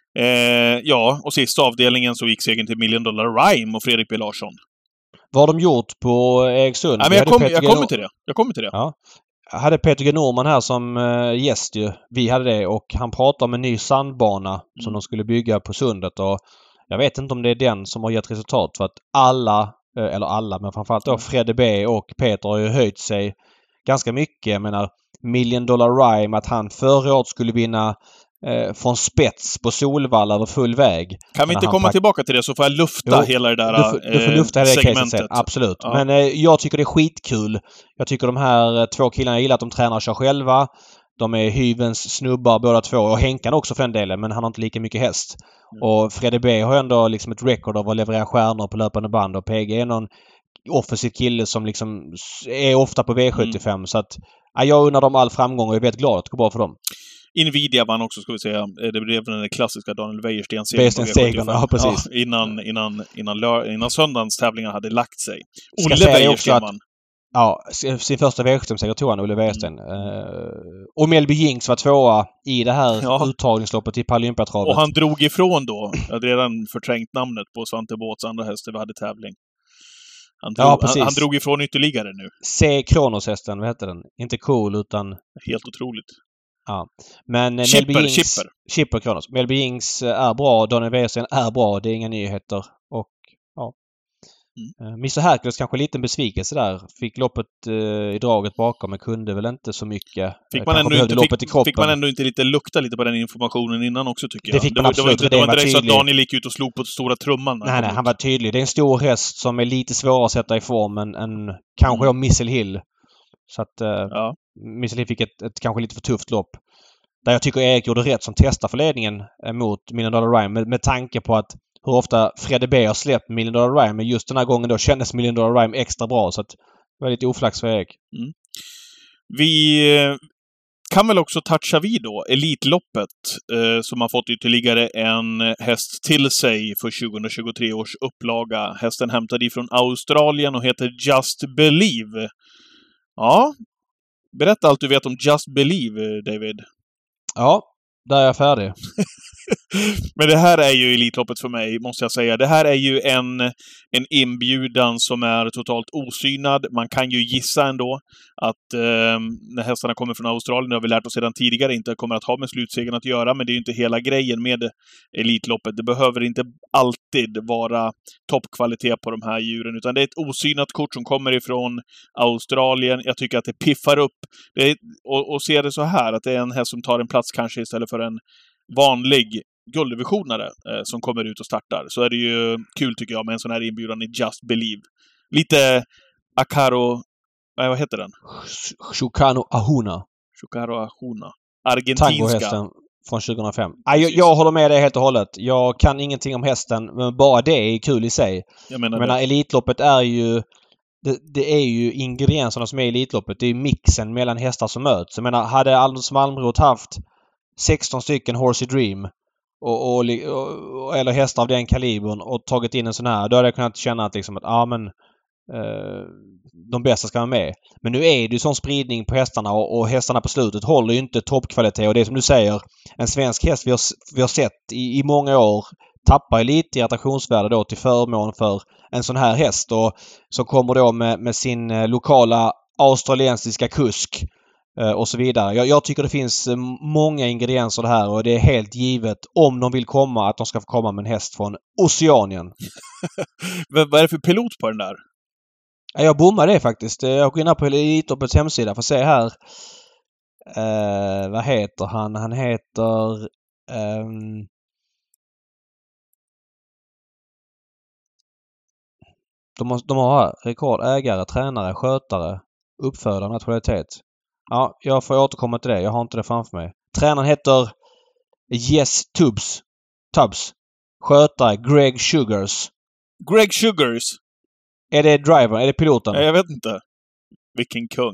Eh, ja, och sista avdelningen så gick segern till Million Dollar Rhyme och Fredrik B. Larsson. Vad har de gjort på Eriksund? Ja, men jag, kom, jag kommer till det. Jag kommer till det. Ja. Jag hade Peter G. Norman här som äh, gäst ju. Vi hade det och han pratade om en ny sandbana mm. som de skulle bygga på sundet och jag vet inte om det är den som har gett resultat för att alla, äh, eller alla, men framförallt då Fredde B och Peter har ju höjt sig ganska mycket. Jag menar Million Dollar Rhyme, att han förra året skulle vinna eh, från spets på Solvalla över full väg. Kan vi inte komma pack... tillbaka till det så får jag lufta jo, hela det där du, får, du får lufta hela segmentet. Sen. Absolut. Ja. Men eh, jag tycker det är skitkul. Jag tycker de här två killarna, jag gillar att de tränar och kör själva. De är hyvens snubbar båda två. Och Henkan också för den delen, men han har inte lika mycket häst. Mm. Och Fredde B har ändå liksom ett record av att leverera stjärnor på löpande band. Och P G är någon offensiv kille som liksom är ofta på V sjuttiofem. Mm. Så att ja, jag undrar dem all framgång och jag är väldigt glad att det går bra för dem. Nvidia vann också, ska vi säga. Det blev den klassiska Daniel Wäjersten-segern. Ja, precis. Ja, innan, innan, innan, lör, innan söndagens tävlingar hade lagt sig. Olle Wäjersten vann. Ja, sin första V sjuttiofem-seger tog han, Olle Wäjersten. Mm. Uh, och Melby Jinx var tvåa i det här ja. uttagningsloppet i Paralympiatravet. Och han drog ifrån då. Jag hade redan förträngt namnet på Svante Båths andra hästar vi hade tävling. Han drog, ja, precis. Han, han drog ifrån ytterligare nu. C. Kronos-hästen, vad heter den? Inte cool, utan... Helt otroligt. Ja. Men Chipper, Melby Jinx... Chipper. Chipper Kronos. Melby Jinx är bra, Daniel Wäjersten är bra, det är inga nyheter. Och ja... Mm. mister Hercules kanske en liten besvikelse där. Fick loppet uh, i draget bakom men kunde väl inte så mycket. Fick man, ändå inte, fick, fick man ändå inte lite lukta lite på den informationen innan också, tycker jag. Det fick man det, absolut. Det var inte, det var inte direkt så att Daniel gick ut och slog på stora trumman. Nej, nej, han var tydlig. Det är en stor häst som är lite svårare att sätta i form än, än kanske mm. om Missile Hill. Så att uh, ja. Missile Hill fick ett, ett kanske lite för tufft lopp. Där jag tycker Erik gjorde rätt som testar för ledningen mot Million Dollar Rhyme med, med tanke på att hur ofta Fredde B har släppt Million Dollar Rhyme. Men just den här gången då kändes Million Dollar Rhyme extra bra. Så att det var lite oflax för Erik. Mm. Vi... kan väl också toucha vid då Elitloppet eh, som har fått ytterligare en häst till sig för tjugohundratjugotre års upplaga. Hästen hämtad ifrån Australien och heter Just Believe. Ja, berätta allt du vet om Just Believe, David. Ja, där är jag färdig. Men det här är ju Elitloppet för mig, måste jag säga. Det här är ju en, en inbjudan som är totalt osynad. Man kan ju gissa ändå att eh, när hästarna kommer från Australien, det har vi lärt oss sedan tidigare, inte kommer att ha med slutsegern att göra. Men det är ju inte hela grejen med Elitloppet. Det behöver inte alltid vara toppkvalitet på de här djuren, utan det är ett osynat kort som kommer ifrån Australien. Jag tycker att det piffar upp. Det är, och, och ser det så här, att det är en häst som tar en plats kanske istället för en vanlig gulddivisionare eh, som kommer ut och startar. Så är det ju kul tycker jag med en sån här inbjudan i Just Believe. Lite Akaro... Eh, vad heter den? Chukano Ahuna. Chukaro Ahuna. Argentinska. Tangohästen från tjugohundrafem. Ah, jag, jag håller med dig helt och hållet. Jag kan ingenting om hästen, men bara det är kul i sig. Jag menar, jag menar Elitloppet är ju... Det, det är ju ingredienserna som är i Elitloppet. Det är mixen mellan hästar som möts. Jag menar, hade Aldous Malmrot haft sexton stycken Horsey Dream och, och, och, eller hästar av den kalibern och tagit in en sån här, då hade jag kunnat känna att liksom att ja men eh, de bästa ska vara med. Men nu är det ju sån spridning på hästarna och, och hästarna på slutet håller ju inte toppkvalitet, och det är som du säger, en svensk häst vi har, vi har sett i, i många år tappar lite i attraktionsvärde då till förmån för en sån här häst, och så kommer då med, med sin eh, lokala australiensiska kusk och så vidare. Jag, jag tycker det finns många ingredienser det här, och det är helt givet om de vill komma att de ska få komma med en häst från Oceanien. Vad är det för pilot på den där? Jag bommade det faktiskt. Jag går in på Elitloppets hemsida för att se här. Eh, vad heter han? Han heter... Um... De, har, de har rekordägare, tränare, skötare, uppfödare, nationalitet. Ja, jag får återkomma till det. Jag har inte det framför mig. Tränaren heter Yes Tubbs. Tubbs. Skötare Greg Sugars. Greg Sugars? Är det driver? Är det piloten? Jag vet inte. Vilken kung.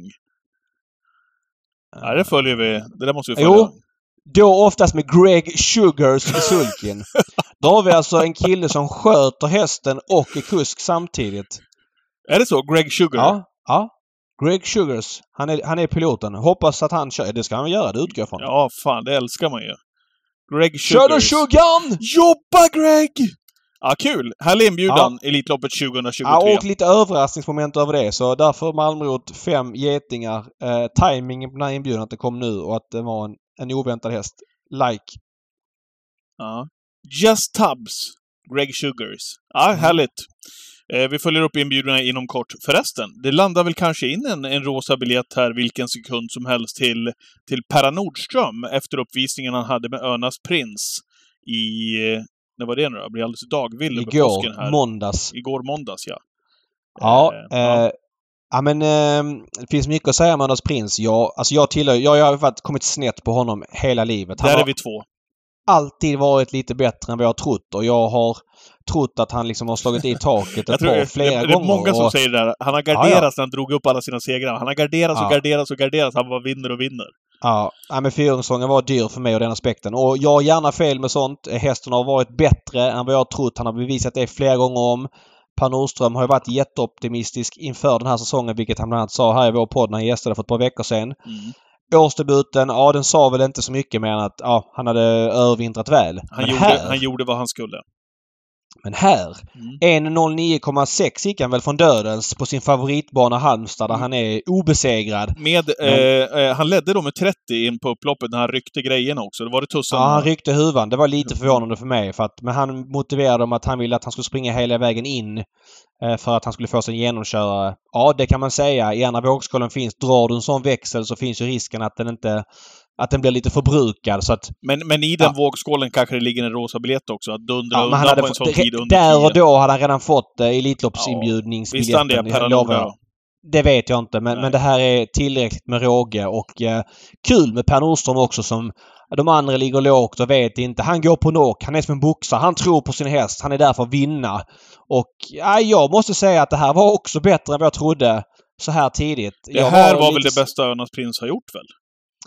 Ja, det följer vi. Det där måste vi följa. Jo, då oftast med Greg Sugars i sulken. Då har vi alltså en kille som sköter hästen och är kusk samtidigt. Är det så? Greg Sugar? Ja, ja. Greg Sugars. Han är, han är piloten. Hoppas att han kör. Det ska han göra, det utgår jag från. Ja, fan. Det älskar man ju. Greg Sugars. Kör du Sugan! Jobba, Greg! Ja, kul. Härlig inbjudan. Ja. Elitloppet tjugohundratjugotre. Ja, och lite överraskningsmoment över det. Så därför Malmrot fem getingar. Eh, timingen på den här inbjudan att det kom nu och att det var en, en oväntad häst. Like. Ja. Just Tubbs. Greg Sugars. Ja, härligt. Eh, vi följer upp inbjudningarna inom kort. Förresten, det landar väl kanske in en, en rosa biljett här vilken sekund som helst till, till Per Nordström efter uppvisningen han hade med Örnas Prins i... När var det nu då? Jag blir alldeles dagvill över påsken här. Igår, måndags. Igår måndags, ja. Ja, eh, eh, ja. ja men eh, det finns mycket att säga om Örnas Prins. Jag, alltså jag tillhör, jag, jag har faktiskt kommit snett på honom hela livet. Han Där har är vi två. alltid varit lite bättre än vad jag har trott, och jag har trott att han liksom har slagit i taket ett par flera gånger. Det är många som och... säger det där. Han har garderats ja, ja. när han drog upp alla sina segrar. Han har garderats och ja. garderats och garderats. Han bara vinner och vinner. Ja, ja men fyraåringssäsongen var dyr för mig och den aspekten. Och jag har gärna fel med sånt. Hästen har varit bättre än vad jag har trott. Han har bevisat det flera gånger om. Per Nordström har ju varit jätteoptimistisk inför den här säsongen, vilket han bland annat sa här i vår podd när han gästade för ett par veckor sedan. Mm. Årsdebuten, ja den sa väl inte så mycket mer än att ja, han hade övervintrat väl. Han, men gjorde, här, han gjorde vad han skulle. Men här, Mm. en noll nio komma sex gick han väl från dödens på sin favoritbana Halmstad där Mm. han är obesegrad. Med, Men- eh, eh, han ledde då med trettio in på upploppet när han ryckte grejerna också. Det var det tussen. Ja, han ryckte huvan. Det var lite förvånande för mig. För att, men han motiverade om att han ville att han skulle springa hela vägen in eh, för att han skulle få sin genomkörare. Ja, det kan man säga. I ena vågskålen finns, drar du en sån växel så finns ju risken att den inte att den blir lite förbrukad. Så att, Men, men i den Ja. vågskålen kanske det ligger en rosa biljett också. Att dundra ja, men han undan hade på en fått, sån tid under där och tio. då hade han redan fått eh, Visst Elitloppsinbjudningsbiljetten. han det, Per lovar Nordström jag. då? Det vet jag inte, men, Nej. men det här är tillräckligt med råge och eh, kul med Per Nordström också som de andra ligger lågt och vet inte. Han går på knock, han är som en boxare, han tror på sin häst, han är där för att vinna. Och ja, jag måste säga att det här var också bättre än vad jag trodde så här tidigt. Det jag här var var lite väl det bästa Örnas Prins har gjort väl?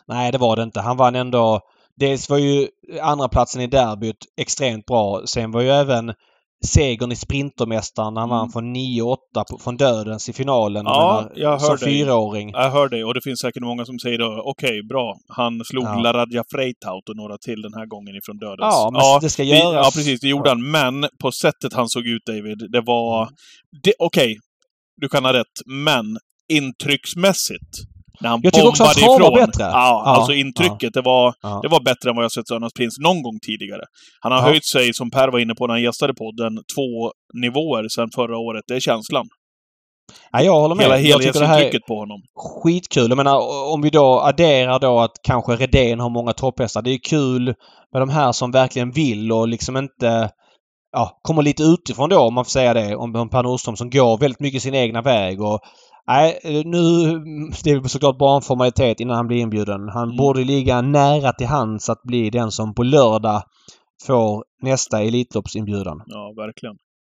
Nej, det var det inte. Han vann ändå... Dels var ju andra platsen i derbyt extremt bra. Sen var ju även segern i Sprintermästaren när han Mm. vann från nio åtta från dödens i finalen. Ja, menar, jag hör som dig. fyraåring. Jag hör det, och det finns säkert många som säger då, okej, okay, bra. Han slog Ja. Laradja Freitaut och några till den här gången ifrån dödens. Ja, men det ska göras. Ja, precis, det gjorde han. Men på sättet han såg ut, David, det var... Mm. Okej, okay, du kan ha rätt, men intrycksmässigt när han jag tycker också bombade han ifrån. var bättre. Ja, ja, alltså intrycket, ja. det, var, ja. det var bättre än vad jag sett Sörnas Prins någon gång tidigare. Han har ja. höjt sig, som Per var inne på när han gästade podden, två nivåer sedan förra året. Det är känslan. Ja, jag håller med. Hela jag tycker det här helhetsintrycket på honom. Skitkul. Jag menar, om vi då adderar då att kanske Redén har många topphästar. Det är kul med de här som verkligen vill och liksom inte ja, kommer lite utifrån då, om man får säga det, om, om Per Nordström som går väldigt mycket sin egna väg. Och nej, nu det är såklart bara en formalitet innan han blir inbjuden. Han mm. borde ligga nära till hands att bli den som på lördag får nästa Elitloppsinbjudan. Ja, verkligen.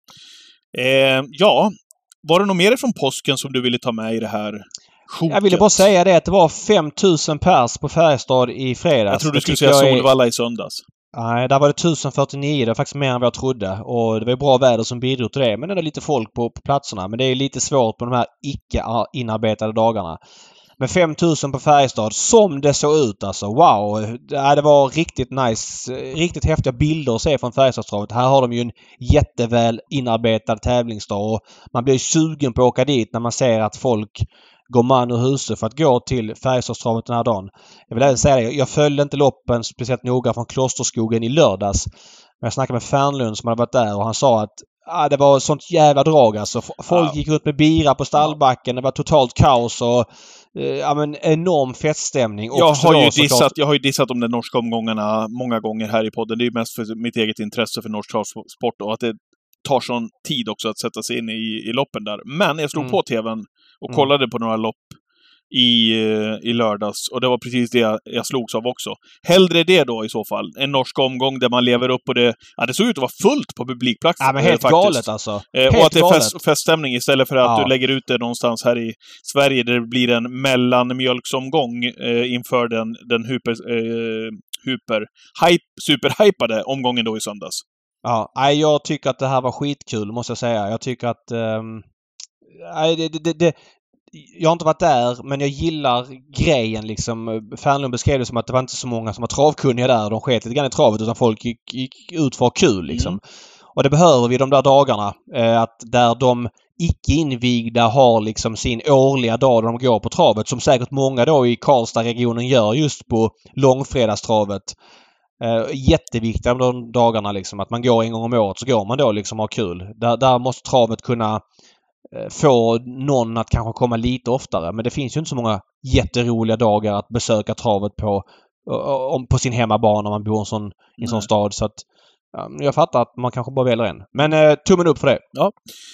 Eh, ja, var det något mer från påsken som du ville ta med i det här sjoket? Jag ville bara säga det att det var fem tusen pers på Färjestad i fredags. Jag tror du skulle säga Solvalla är... i söndags. Nej, där var det tusen fyrtionio. Det var faktiskt mer än vad jag trodde. Och det var bra väder som bidrog till det. Men det är lite folk på, på platserna. Men det är lite svårt på de här icke inarbetade dagarna. Men fem tusen på Färjestad, som det såg ut alltså. Wow! Det var riktigt nice. Riktigt häftiga bilder att se från Färjestadstravet. Här har de ju en jätteväl inarbetad tävlingsdag. Och man blir sugen på att åka dit när man ser att folk går man ur huset för att gå till Färjestadstravet den här dagen. Jag vill även säga det. Jag följde inte loppen speciellt noga från Klosterskogen i lördags. Men jag snackade med Fernlund som hade varit där och han sa att ah, det var sånt jävla drag alltså. Folk ja. gick ut med bira på stallbacken. Det var totalt kaos och eh, ja, men enorm feststämning. Jag har, då, ju såklart... dissat, jag har ju dissat om de norska omgångarna många gånger här i podden. Det är mest för mitt eget intresse för norsk sport och att det tar sån tid också att sätta sig in i, i loppen där. Men jag slog mm. på tvn och kollade mm. på några lopp i, i lördags. Och det var precis det jag, jag slogs av också. Hellre det då i så fall. En norsk omgång där man lever upp och det... Ja, det såg ut att vara fullt på publikplatsen. Ja, men helt eh, galet alltså. Eh, helt och att det är fest, galet. feststämning istället för att ja. du lägger ut det någonstans här i Sverige där det blir en mellanmjölksomgång eh, inför den, den hyper, eh, hyper, hype, superhypade omgången då i söndags. Ja, jag tycker att det här var skitkul måste jag säga. Jag tycker att... Um, det, det, det, jag har inte varit där men jag gillar grejen liksom. Fernlund beskrev det som att det var inte så många som var travkunniga där. De sket lite grann i travet utan folk gick, gick ut för kul liksom. Mm. Och det behöver vi de där dagarna. Eh, att där de icke invigda har liksom sin årliga dag där de går på travet. Som säkert många då i Karlstad-regionen gör just på långfredagstravet. Uh, jätteviktiga de dagarna liksom. Att man går en gång om året så går man då liksom och har kul. Där, där måste travet kunna uh, få någon att kanske komma lite oftare. Men det finns ju inte så många jätteroliga dagar att besöka travet på uh, på sin hemmabana om man bor i en sån, i en sån stad. Så att uh, jag fattar att man kanske bara väljer en. Men uh, tummen upp för det. Ja.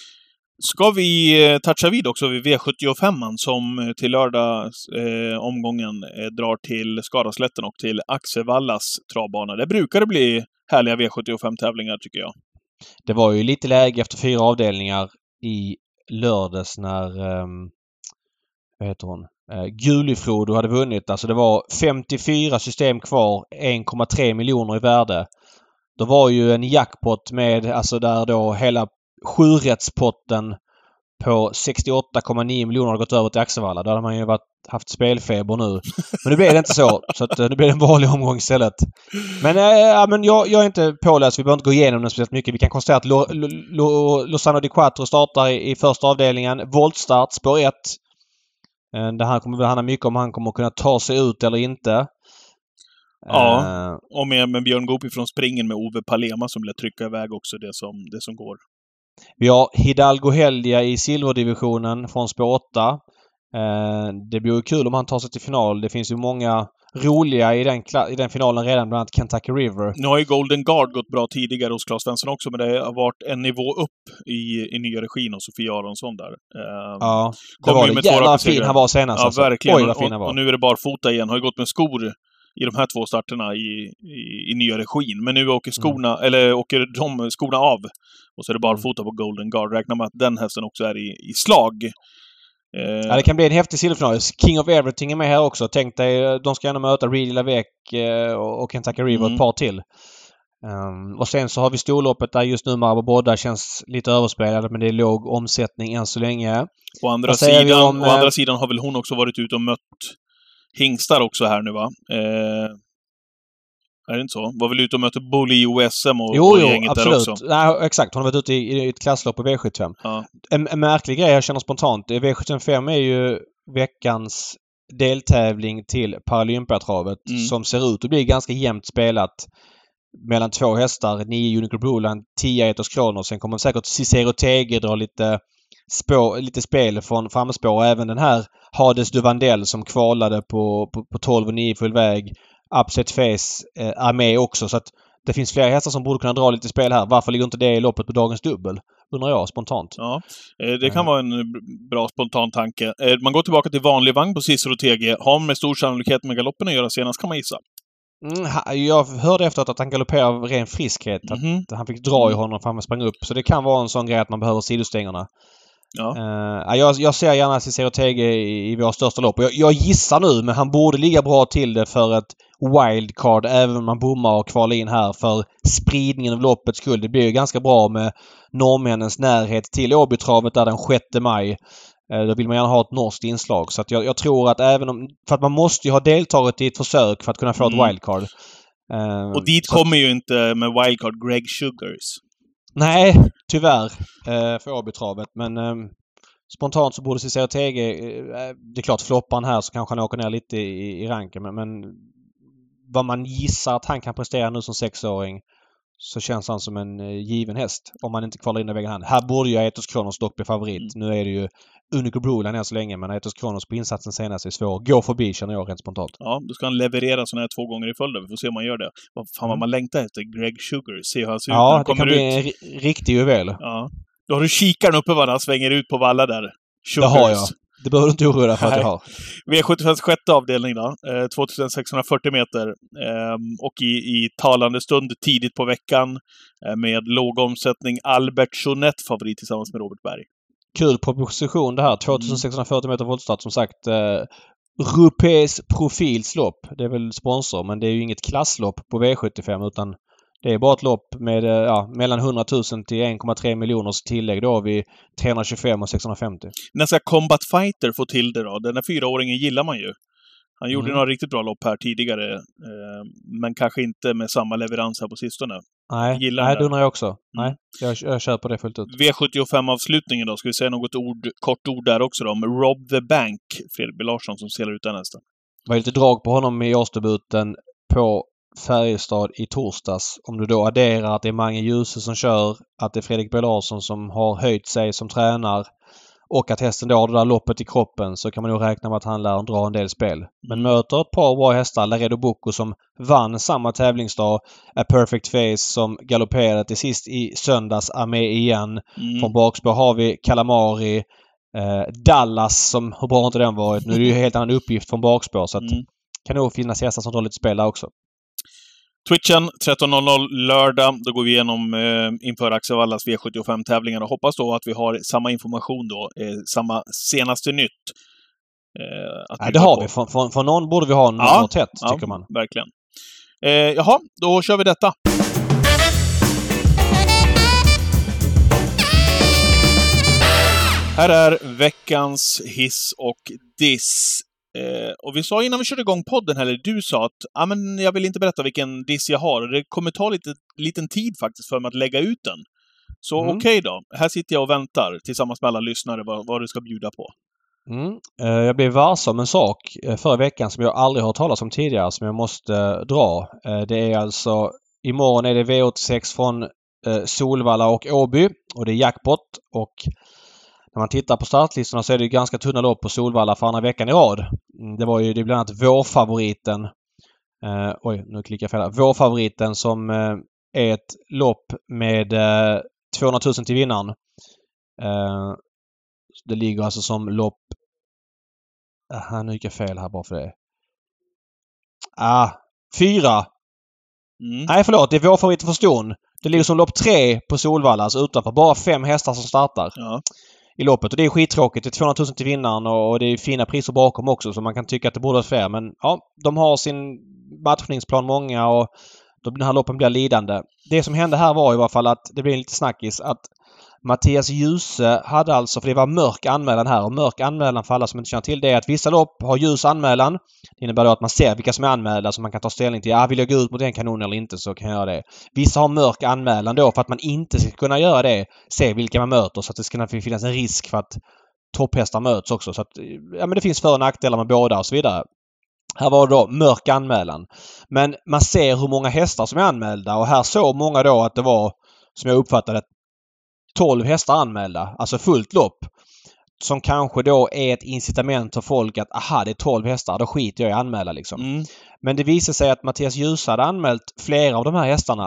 Ska vi toucha vid också vid V sjuttiofem som till lördag eh, omgången eh, drar till Skaraslätten och till Axevallas travbana. Det brukar det bli härliga V sjuttiofem-tävlingar tycker jag. Det var ju lite läge efter fyra avdelningar i lördags när eh, vad heter hon? Eh, Gulifrodo hade vunnit. Alltså det var femtiofyra system kvar, en komma tre miljoner i värde. Då var ju en jackpot med, alltså där då hela sjurättspotten på sextioåtta komma nio miljoner har gått över till Axevalla. Då hade man ju varit, haft spelfeber nu. Men nu blev det inte så. Så att, nu blir det en vanlig omgång istället. Men, äh, men jag, jag är inte påläst. Vi behöver inte gå igenom den speciellt mycket. Vi kan konstatera att Lo, Lo, Lo, Lozano di Quattro startar i, i första avdelningen. Voltstart, spår ett. Det här kommer väl handla mycket om han kommer kunna ta sig ut eller inte. Ja, uh, och med, med Björn Goop från springen med Ove Palema som vill trycka iväg också det som, det som går. Vi har Hidalgo Heldia i silverdivisionen från spår åtta. Eh, det blir ju kul om han tar sig till final. Det finns ju många roliga i den, i den finalen redan, bland annat Kentucky River. Nu har ju Golden Guard gått bra tidigare hos Claes Svensson också, men det har varit en nivå upp i, i nya regin och Sofia Aronsson där. Eh, ja, det var det. Jävlar fin han var senast. Ja, alltså. verkligen. Oj, vad fin han var. Och, och nu är det barfota igen. Har ju gått med skor i de här två starterna i, i, i nya regin. Men nu åker skorna, mm. eller åker de skorna av. Och så är det bara fota på Golden Guard. Räknar med att den hästen också är i, i slag. Eh, ja, det kan bli en häftig silverfinal. King of Everything är med här också. Tänk dig, de ska gärna möta Reedy Lavec eh, och Kentucky River och Mm. ett par till. Um, och sen så har vi storloppet där just nu Marabou Bodda känns lite överspelad, men det är låg omsättning än så länge. Å andra, Vad säger vi sidan, om, å andra eh, sidan har väl hon också varit ute och mött hingstar också här nu, va? Eh, är det inte så? Var väl ute och mötte Bully i O S M och, Jo, och jo, gänget absolut. där också. Nej, exakt. Hon har varit ute i, i ett klasslopp på V sjuttiofem. Ja. En, en märklig grej jag känner spontant. V sjuttiofem är ju veckans deltävling till Paralympiatravet Mm. som ser ut att bli ganska jämnt spelat mellan två hästar. nio Unico Broland, tio Etos Kronos. Sen kommer säkert Cicero Tege dra lite, spår, lite spel från framspår. Och även den här Hades du Vandell som kvalade på, på, på tolv och nio full väg. Upset Face eh, är med också. Så att det finns flera hästar som borde kunna dra lite spel här. Varför ligger inte det i loppet på dagens dubbel? Undrar jag spontant. Ja, eh, det kan vara en bra spontan tanke. Eh, man går tillbaka till vanlig vagn på Cicero T G. Har med stor sannolikhet med galoppen att göra senast, kan man gissa. Mm, ha- jag hörde efteråt att han galopperade av ren friskhet. Mhm. Att han fick dra i honom för att han sprang upp. Så det kan vara en sån grej att man behöver sidostängerna. Ja. Uh, jag, jag ser gärna Cicero Tege i, i våra största lopp. Jag, jag gissar nu, men han borde ligga bra till det för ett wildcard även om man bommar och kvalar in här för spridningen av loppets skull. Det blir ju ganska bra med norrmännens närhet till Åbytravet där den sjätte maj. Uh, då vill man gärna ha ett norskt inslag. Så att jag, jag tror att även om... För att man måste ju ha deltagit i ett försök för att kunna få Mm. ett wildcard. Uh, Och dit så- kommer ju inte med wildcard Greg Sugars. Nej, tyvärr eh, för Åbytravet. Men eh, spontant så borde Cicero Tege... Eh, det är klart, floppar han här så kanske han åker ner lite i, i ranken. Men, men vad man gissar att han kan prestera nu som sexåring så känns han som en eh, given häst. Om man inte kvalar in den vägen han. Här borde ju Etos Kronos dock bli favorit. Mm. Nu är det ju Unico Broland än så länge, men Etos Kronos på insatsen senast är svår. Gå förbi känner jag rent spontant. Ja, då ska han leverera såna här två gånger i följd. Vi får se om han gör det. Vad fan vad Mm. man längtar efter Greg Sugars. Se hur han ser ut när Ja, han det kommer kan bli ut. en ri- riktig juvel. Ja. Då har du kikaren uppe vad han svänger ut på valla där. Det Sugars. har jag. Det behöver du inte oroa dig för att jag har. V sjuttiofems sjätte avdelning då. Eh, tvåtusensexhundrafyrtio meter. Eh, och i, i talande stund tidigt på veckan eh, med låg omsättning. Albert Jeanette favorit tillsammans med Robert Berg. Kul proposition det här. tvåtusensexhundrafyrtio meter voltstart som sagt. Eh, Rupes profilslopp. Det är väl sponsor men det är ju inget klasslopp på V sjuttiofem utan det är bara ett lopp med eh, ja, mellan hundratusen till en komma tre miljoners tillägg då vid trehundratjugofem och sexhundrafemtio. När ska Combat Fighter få till det då? Den här fyraåringen gillar man ju. Han gjorde Mm. några riktigt bra lopp här tidigare. Eh, men kanske inte med samma leverans här på sistone. Nej, Gillar nej det. det undrar jag också. Nej, jag, jag kör på det fullt ut. V sjuttiofem-avslutningen då. Ska vi säga något ord, kort ord där också då? Om Rob the Bank. Fredrik B. Larsson som selar ut den nästan. Det var lite drag på honom i årsdebuten på Färjestad i torsdags. Om du då adderar att det är Mange Djuse som kör, att det är Fredrik B. Larsson som har höjt sig som tränar och att hästen då har det där loppet i kroppen så kan man nog räkna med att han lär dra en del spel. Men möter ett par bra hästar. Laredo Bocco som vann samma tävlingsdag. A Perfect Face som galopperade till sist i söndags är med igen. Mm. Från bakspår har vi Calamari. Eh, Dallas som, hur bra har inte den varit? Nu är det ju en helt annan uppgift från bakspår så att Mm. kan nog finnas hästar som drar lite spel där också. Twitchen tretton noll noll lördag. Då går vi igenom eh, inför Axel Wallas V sjuttiofem-tävlingar och hoppas då att vi har samma information då. Eh, samma senaste nytt. Eh, att Nej, det bjuda har på. vi. Från, från, från någon borde vi ha något Ja, tätt, ja, tycker man. Verkligen. Eh, jaha, då kör vi detta. Här är veckans hiss och diss. Eh, och vi sa innan vi körde igång podden, eller du sa att ah, men jag vill inte berätta vilken diss jag har. Och det kommer ta lite liten tid faktiskt för mig att lägga ut den. Så Mm. okej då. Här sitter jag och väntar tillsammans med alla lyssnare vad, vad du ska bjuda på. Mm. Eh, Jag blev varse om en sak eh, förra veckan som jag aldrig hört talas om tidigare som jag måste eh, dra. Eh, Det är alltså imorgon är det V åttiosex från eh, Solvalla och Åby och det är jackpot och när man tittar på startlistorna så är det ganska tunna lopp på Solvalla för andra veckan i rad. Mm, Det var ju det är bland annat vårfavoriten. Eh, oj, nu klickar jag fel här. Vårfavoriten som eh, är ett lopp med eh, tvåhundratusen till vinnaren. Eh, det ligger alltså som lopp... Aha, nu gick jag fel här bara för det. Ah, fyra. Mm. Nej, förlåt. Det är vårfavoriten för ston. Det ligger som lopp tre på Solvalla, alltså utanför. Bara fem hästar som startar. Ja. i loppet. Och det är skittråkigt. Det är tvåhundratusen till vinnaren och det är fina priser bakom också, så man kan tycka att det borde vara fair. Men ja, de har sin matchningsplan många och då den här loppen blir lidande. Det som hände här var i alla fall att det blev lite snackis att Mattias Djuse hade alltså, för det var mörk anmälan här, och mörk anmälan för alla som inte känner till det är att vissa lopp har ljus anmälan. Det innebär då att man ser vilka som är anmälda så man kan ta ställning till, ja, vill jag gå ut mot en kanon eller inte, så kan jag göra det. Vissa har mörk anmälan då för att man inte ska kunna göra det, se vilka man möter, så att det ska finnas en risk för att topphästar möts också. Så att, ja, men det finns för- och nackdelar med båda och så vidare. Här var det då mörk anmälan. Men man ser hur många hästar som är anmälda, och här såg många då att det var, som jag uppfattade, tolv hästar anmälda. Alltså fullt lopp. Som kanske då är ett incitament för folk att aha, det är tolv hästar, då skiter jag i anmäla liksom. Mm. Men det visade sig att Mattias Djuse hade anmält flera av de här hästarna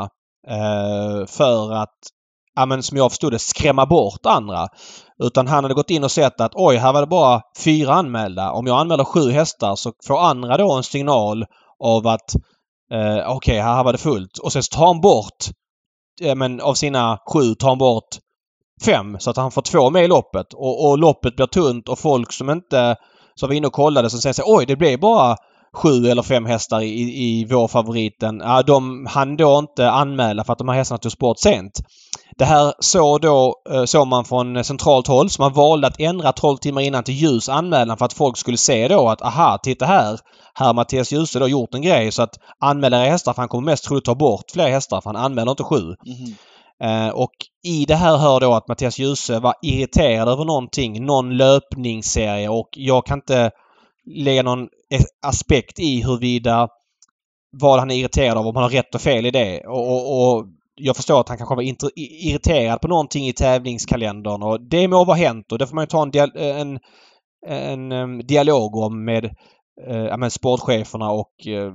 eh, för att, ja, men som jag förstod det, skrämma bort andra. Utan han hade gått in och sett att oj, här var det bara fyra anmälda. Om jag anmäler sju hästar så får andra då en signal av att eh, okej, okay, här var det fullt. Och sen tar han bort, eh, men av sina sju tar han bort fem, så att han får två med i loppet. Och, och loppet blir tunt och folk som inte, som var inne och kollade, som säger sig, oj, det blev bara sju eller fem hästar i, i vår favoriten. Ja, de hann då inte anmäla för att de här hästarna tog sport sent. Det här så då, såg man från centralt håll, så man valde att ändra tolv timmar innan till ljus anmälan för att folk skulle se då att aha, titta här. Här har Mattias Djuse då gjort en grej så att anmälare hästar, för han kommer mest troligt ta bort fler hästar för han anmäler inte sju. Mm. Eh, och i det här hör då att Mattias Djuse var irriterad över någonting, någon löpningsserie, och jag kan inte lägga någon aspekt i huruvida vad han är irriterad av, om han har rätt och fel i det. Och, och, och jag förstår att han kanske var inter- irriterad på någonting i tävlingskalendern, och det må vara hänt, och det får man ju ta en, dia- en, en, en dialog om med, eh, med sportcheferna och eh,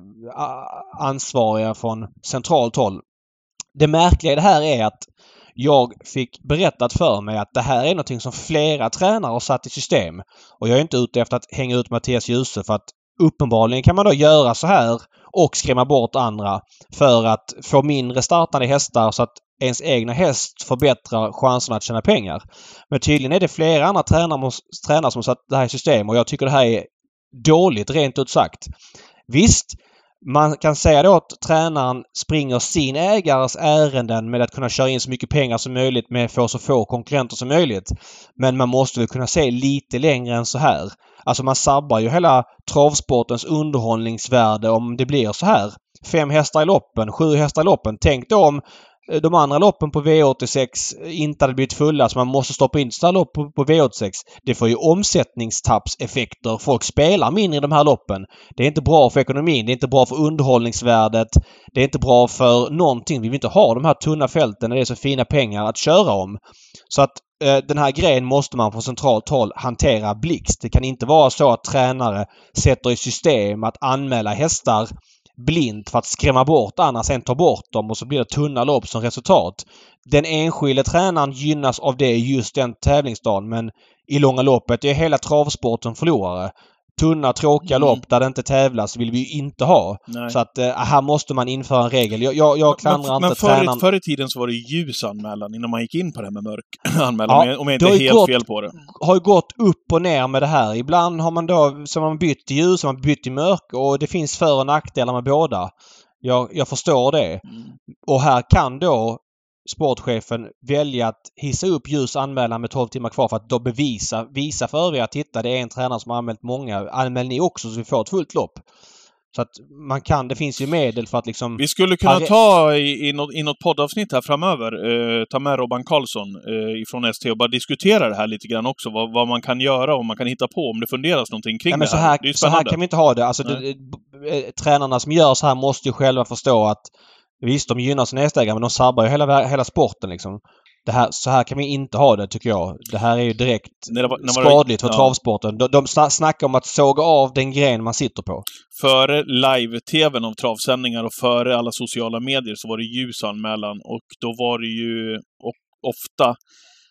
ansvariga från centralt håll. Det märkliga i det här är att jag fick berättat för mig att det här är något som flera tränare har satt i system. Och jag är inte ute efter att hänga ut Mattias Djuse, för att uppenbarligen kan man då göra så här och skrämma bort andra för att få mindre startande hästar så att ens egna häst förbättrar chanserna att tjäna pengar. Men tydligen är det flera andra tränare, tränare som har satt det här i system, och jag tycker det här är dåligt, rent ut sagt. Visst, man kan säga då att tränaren springer sin ägares ärenden med att kunna köra in så mycket pengar som möjligt med att få så få konkurrenter som möjligt. Men man måste väl kunna se lite längre än så här. Alltså man sabbar ju hela travsportens underhållningsvärde om det blir så här. Fem hästar i loppen, sju hästar i loppen. Tänk då om de andra loppen på V åttiosex inte hade blivit fulla, så man måste stoppa in sådana lopp på, på V åttiosex. Det får ju omsättningstappseffekter. Folk spelar mindre i de här loppen. Det är inte bra för ekonomin. Det är inte bra för underhållningsvärdet. Det är inte bra för någonting. Vi vill inte ha de här tunna fälten när det är så fina pengar att köra om. Så att eh, den här grejen måste man på centralt håll hantera blixt. Det kan inte vara så att tränare sätter i system att anmäla hästar blint för att skrämma bort andra, sen ta bort dem, och så blir det tunna lopp som resultat. Den enskilde tränaren gynnas av det just den tävlingsdagen, men i långa loppet är hela travsporten förlorare. Tunna, tråkiga mm. lopp där det inte tävlas vill vi ju inte ha. Nej. Så att äh, här måste man införa en regel. Jag, jag, jag klandrar men, inte men tränaren. Förr i tiden så var det ljusanmälan innan man gick in på det här med mörk anmälan. Ja, om jag inte är helt gått, fel på det. Har ju gått upp och ner med det här. Ibland har man då, så man bytt till ljus, så man bytt till mörk, och det finns för- och nackdelar med båda. Jag, jag förstår det. Mm. Och här kan då sportchefen välja att hissa upp ljus anmälan med tolv timmar kvar för att då bevisa, visa för övriga att titta, det är en tränare som har anmält många. Anmäl ni också så vi får ett fullt lopp. Så att man kan, det finns ju medel för att liksom... Vi skulle kunna ha... ta i, i, något, i något poddavsnitt här framöver, eh, ta med Robban Karlsson eh, ifrån S T och bara diskutera det här lite grann också. Vad, vad man kan göra och man kan hitta på om det funderas någonting kring ja, men det, här. här. Det är så här kan vi inte ha det. Alltså det, det, tränarna som gör så här måste ju själva förstå att visst, de gynnar sina hästägare, men de sabbar ju hela, hela sporten liksom. Det här, så här kan vi inte ha det, tycker jag. Det här är ju direkt när det var, när skadligt för ja. travsporten. De, de snackar om att såga av den gren man sitter på. Före live-tvn av travsändningar och före alla sociala medier så var det ljusanmälan, och då var det ju ofta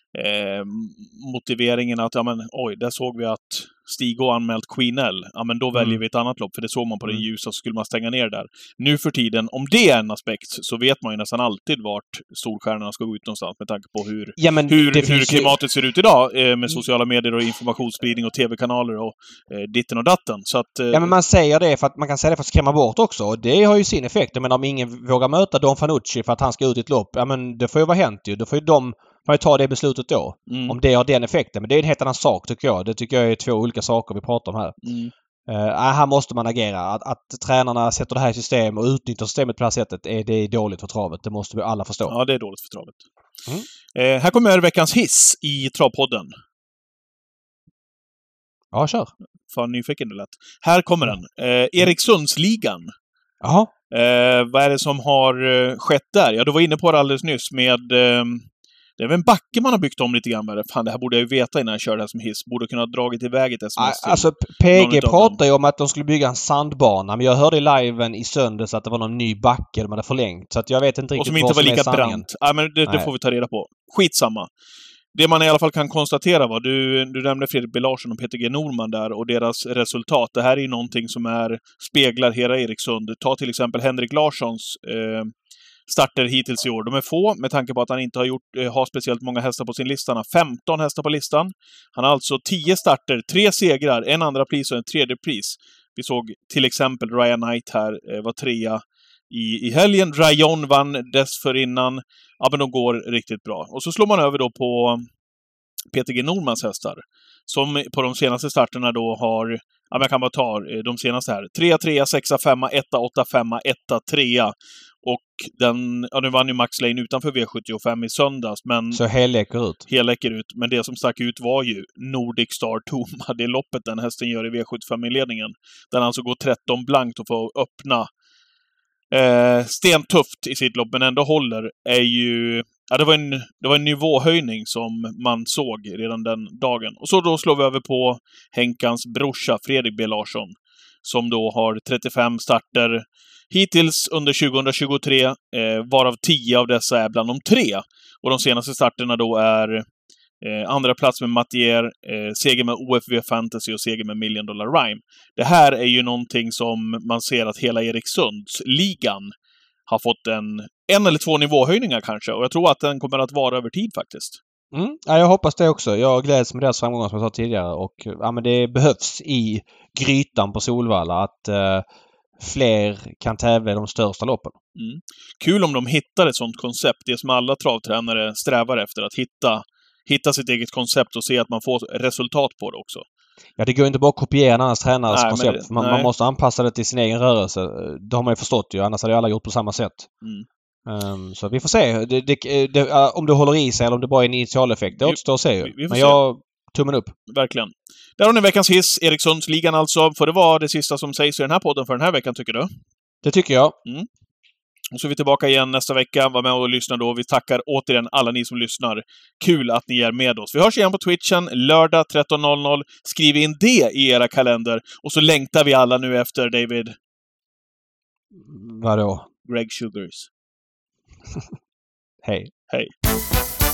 eh, motiveringen att, ja men oj, där såg vi att Stig har anmält Queen L. Ja men då väljer Mm. vi ett annat lopp, för det såg man på den Mm. ljusa, så skulle man stänga ner där. Nu för tiden, om det är en aspekt, så vet man ju nästan alltid vart Solstjärnorna ska gå ut någonstans med tanke på hur, Ja, men hur, det hur finns ju- klimatet ser ut idag eh, med sociala medier och informationsspridning och tv-kanaler och eh, ditten och datten. Så att... Eh, Ja, men man säger det för att man kan säga det för att skrämma bort också. Och det har ju sin effekt. Men om ingen vågar möta Don Fanucci för att han ska ut i ett lopp, ja men det får ju vara hänt ju. Då får ju de får ju ta det beslutet då. mm, Om det har den effekten. Men det är en helt annan sak tycker jag. Det tycker jag är två olika saker vi pratar om här. mm. Uh, här måste man agera. Att, att tränarna sätter det här i system och utnyttjar systemet på det här sättet, är, det är dåligt för travet. Det måste vi alla förstå. Ja, det är dåligt för travet. Mm. Eh, här kommer veckans hiss i Travpodden. Ja, kör. Fan nyfiken det lät. Här kommer den. Eh, Eriksundsligan. Jaha. Eh, vad är det som har eh, skett där? Ja, du var inne på det alldeles nyss med... Eh, det är väl en backe man har byggt om lite grann med det. Fan, det här borde jag ju veta innan jag körde det här som hiss. Borde kunna ha dragit iväg ett sms till. Alltså P någon G utav pratade ju om att de skulle bygga en sandbana. Men jag hörde i liven i söndags att det var någon ny backe de hade förlängt. Så att jag vet inte riktigt Och som vad inte var som är lika sanningen. brant. Ja, men det, det Nej. får vi ta reda på. Skitsamma. Det man i alla fall kan konstatera var, du, du nämnde Fredrik B. Larsson och Peter G. Norman där och deras resultat. Det här är ju någonting som är, speglar hela Eriksund. Ta till exempel Henrik Larssons eh, starter hittills i år. De är få med tanke på att han inte har, gjort, eh, har speciellt många hästar på sin lista. Han har femton hästar på listan. Han har alltså tio starter, tre segrar, en andra pris och en tredje pris. Vi såg till exempel Ryan Knight här, eh, var trea i, i helgen. Rayon vann dessförinnan. Ja, men de går riktigt bra. Och så slår man över då på Peter G. Normans hästar. Som på de senaste starterna då har, ja men jag kan bara ta de senaste här. tre, tre, sex, fem, ett, åtta, fem, ett, tre. Och den, ja nu vann ju Max Lane utanför V sjuttiofem i söndags, men... Så helläcker ut. Helläcker ut. Men det som stack ut var ju Nordic Star Toma. Det loppet den hästen gör i V sjuttiofem-inledningen. Den alltså går tretton blankt och får öppna Eh, stentufft i sitt lopp, men ändå håller, är ju... Ja, det var en, det var en nivåhöjning som man såg redan den dagen. Och så då slår vi över på Henkans brorsa, Fredrik B. Larsson, som då har trettiofem starter hittills under tjugohundratjugotre, eh, varav tio av dessa är bland de tre. Och de senaste starterna då är Eh, andra plats med Mattier, eh, seger med O F V Fantasy och seger med Million Dollar Rhyme. Det här är ju någonting som man ser att hela Eriksundsligan har fått en, en eller två nivåhöjningar kanske. Och jag tror att den kommer att vara över tid faktiskt. Mm. Ja, jag hoppas det också. Jag gläds med deras framgångar som jag sa tidigare. Och ja, men det behövs i grytan på Solvalla att eh, fler kan tävla i de största loppen. Mm. Kul om de hittar ett sånt koncept. Det som alla travtränare strävar efter, att hitta hitta sitt eget koncept och se att man får resultat på det också. Ja, det går inte bara att kopiera en annans tränares Nej, koncept. det, man, man måste anpassa det till sin egen rörelse. Det har man ju förstått ju. Annars hade alla gjort på samma sätt. Mm. Um, så vi får se. Det, det, det, uh, om det håller i sig eller om det bara är en initialeffekt. Det återstår att se ju. Vi, vi får Men jag... Tummen upp. Verkligen. Där har ni veckans hiss. Erikssundsligan alltså. Får det vara det sista som sägs i den här podden för den här veckan, tycker du? Det tycker jag. Mm. Och så är vi tillbaka igen nästa vecka. Var med och lyssna då. Vi tackar återigen alla ni som lyssnar. Kul att ni är med oss. Vi hörs igen på Twitchen lördag tretton noll noll. Skriv in det i era kalender. Och så längtar vi alla nu efter David. Vadå? Greg Sugars. Hej. Hej.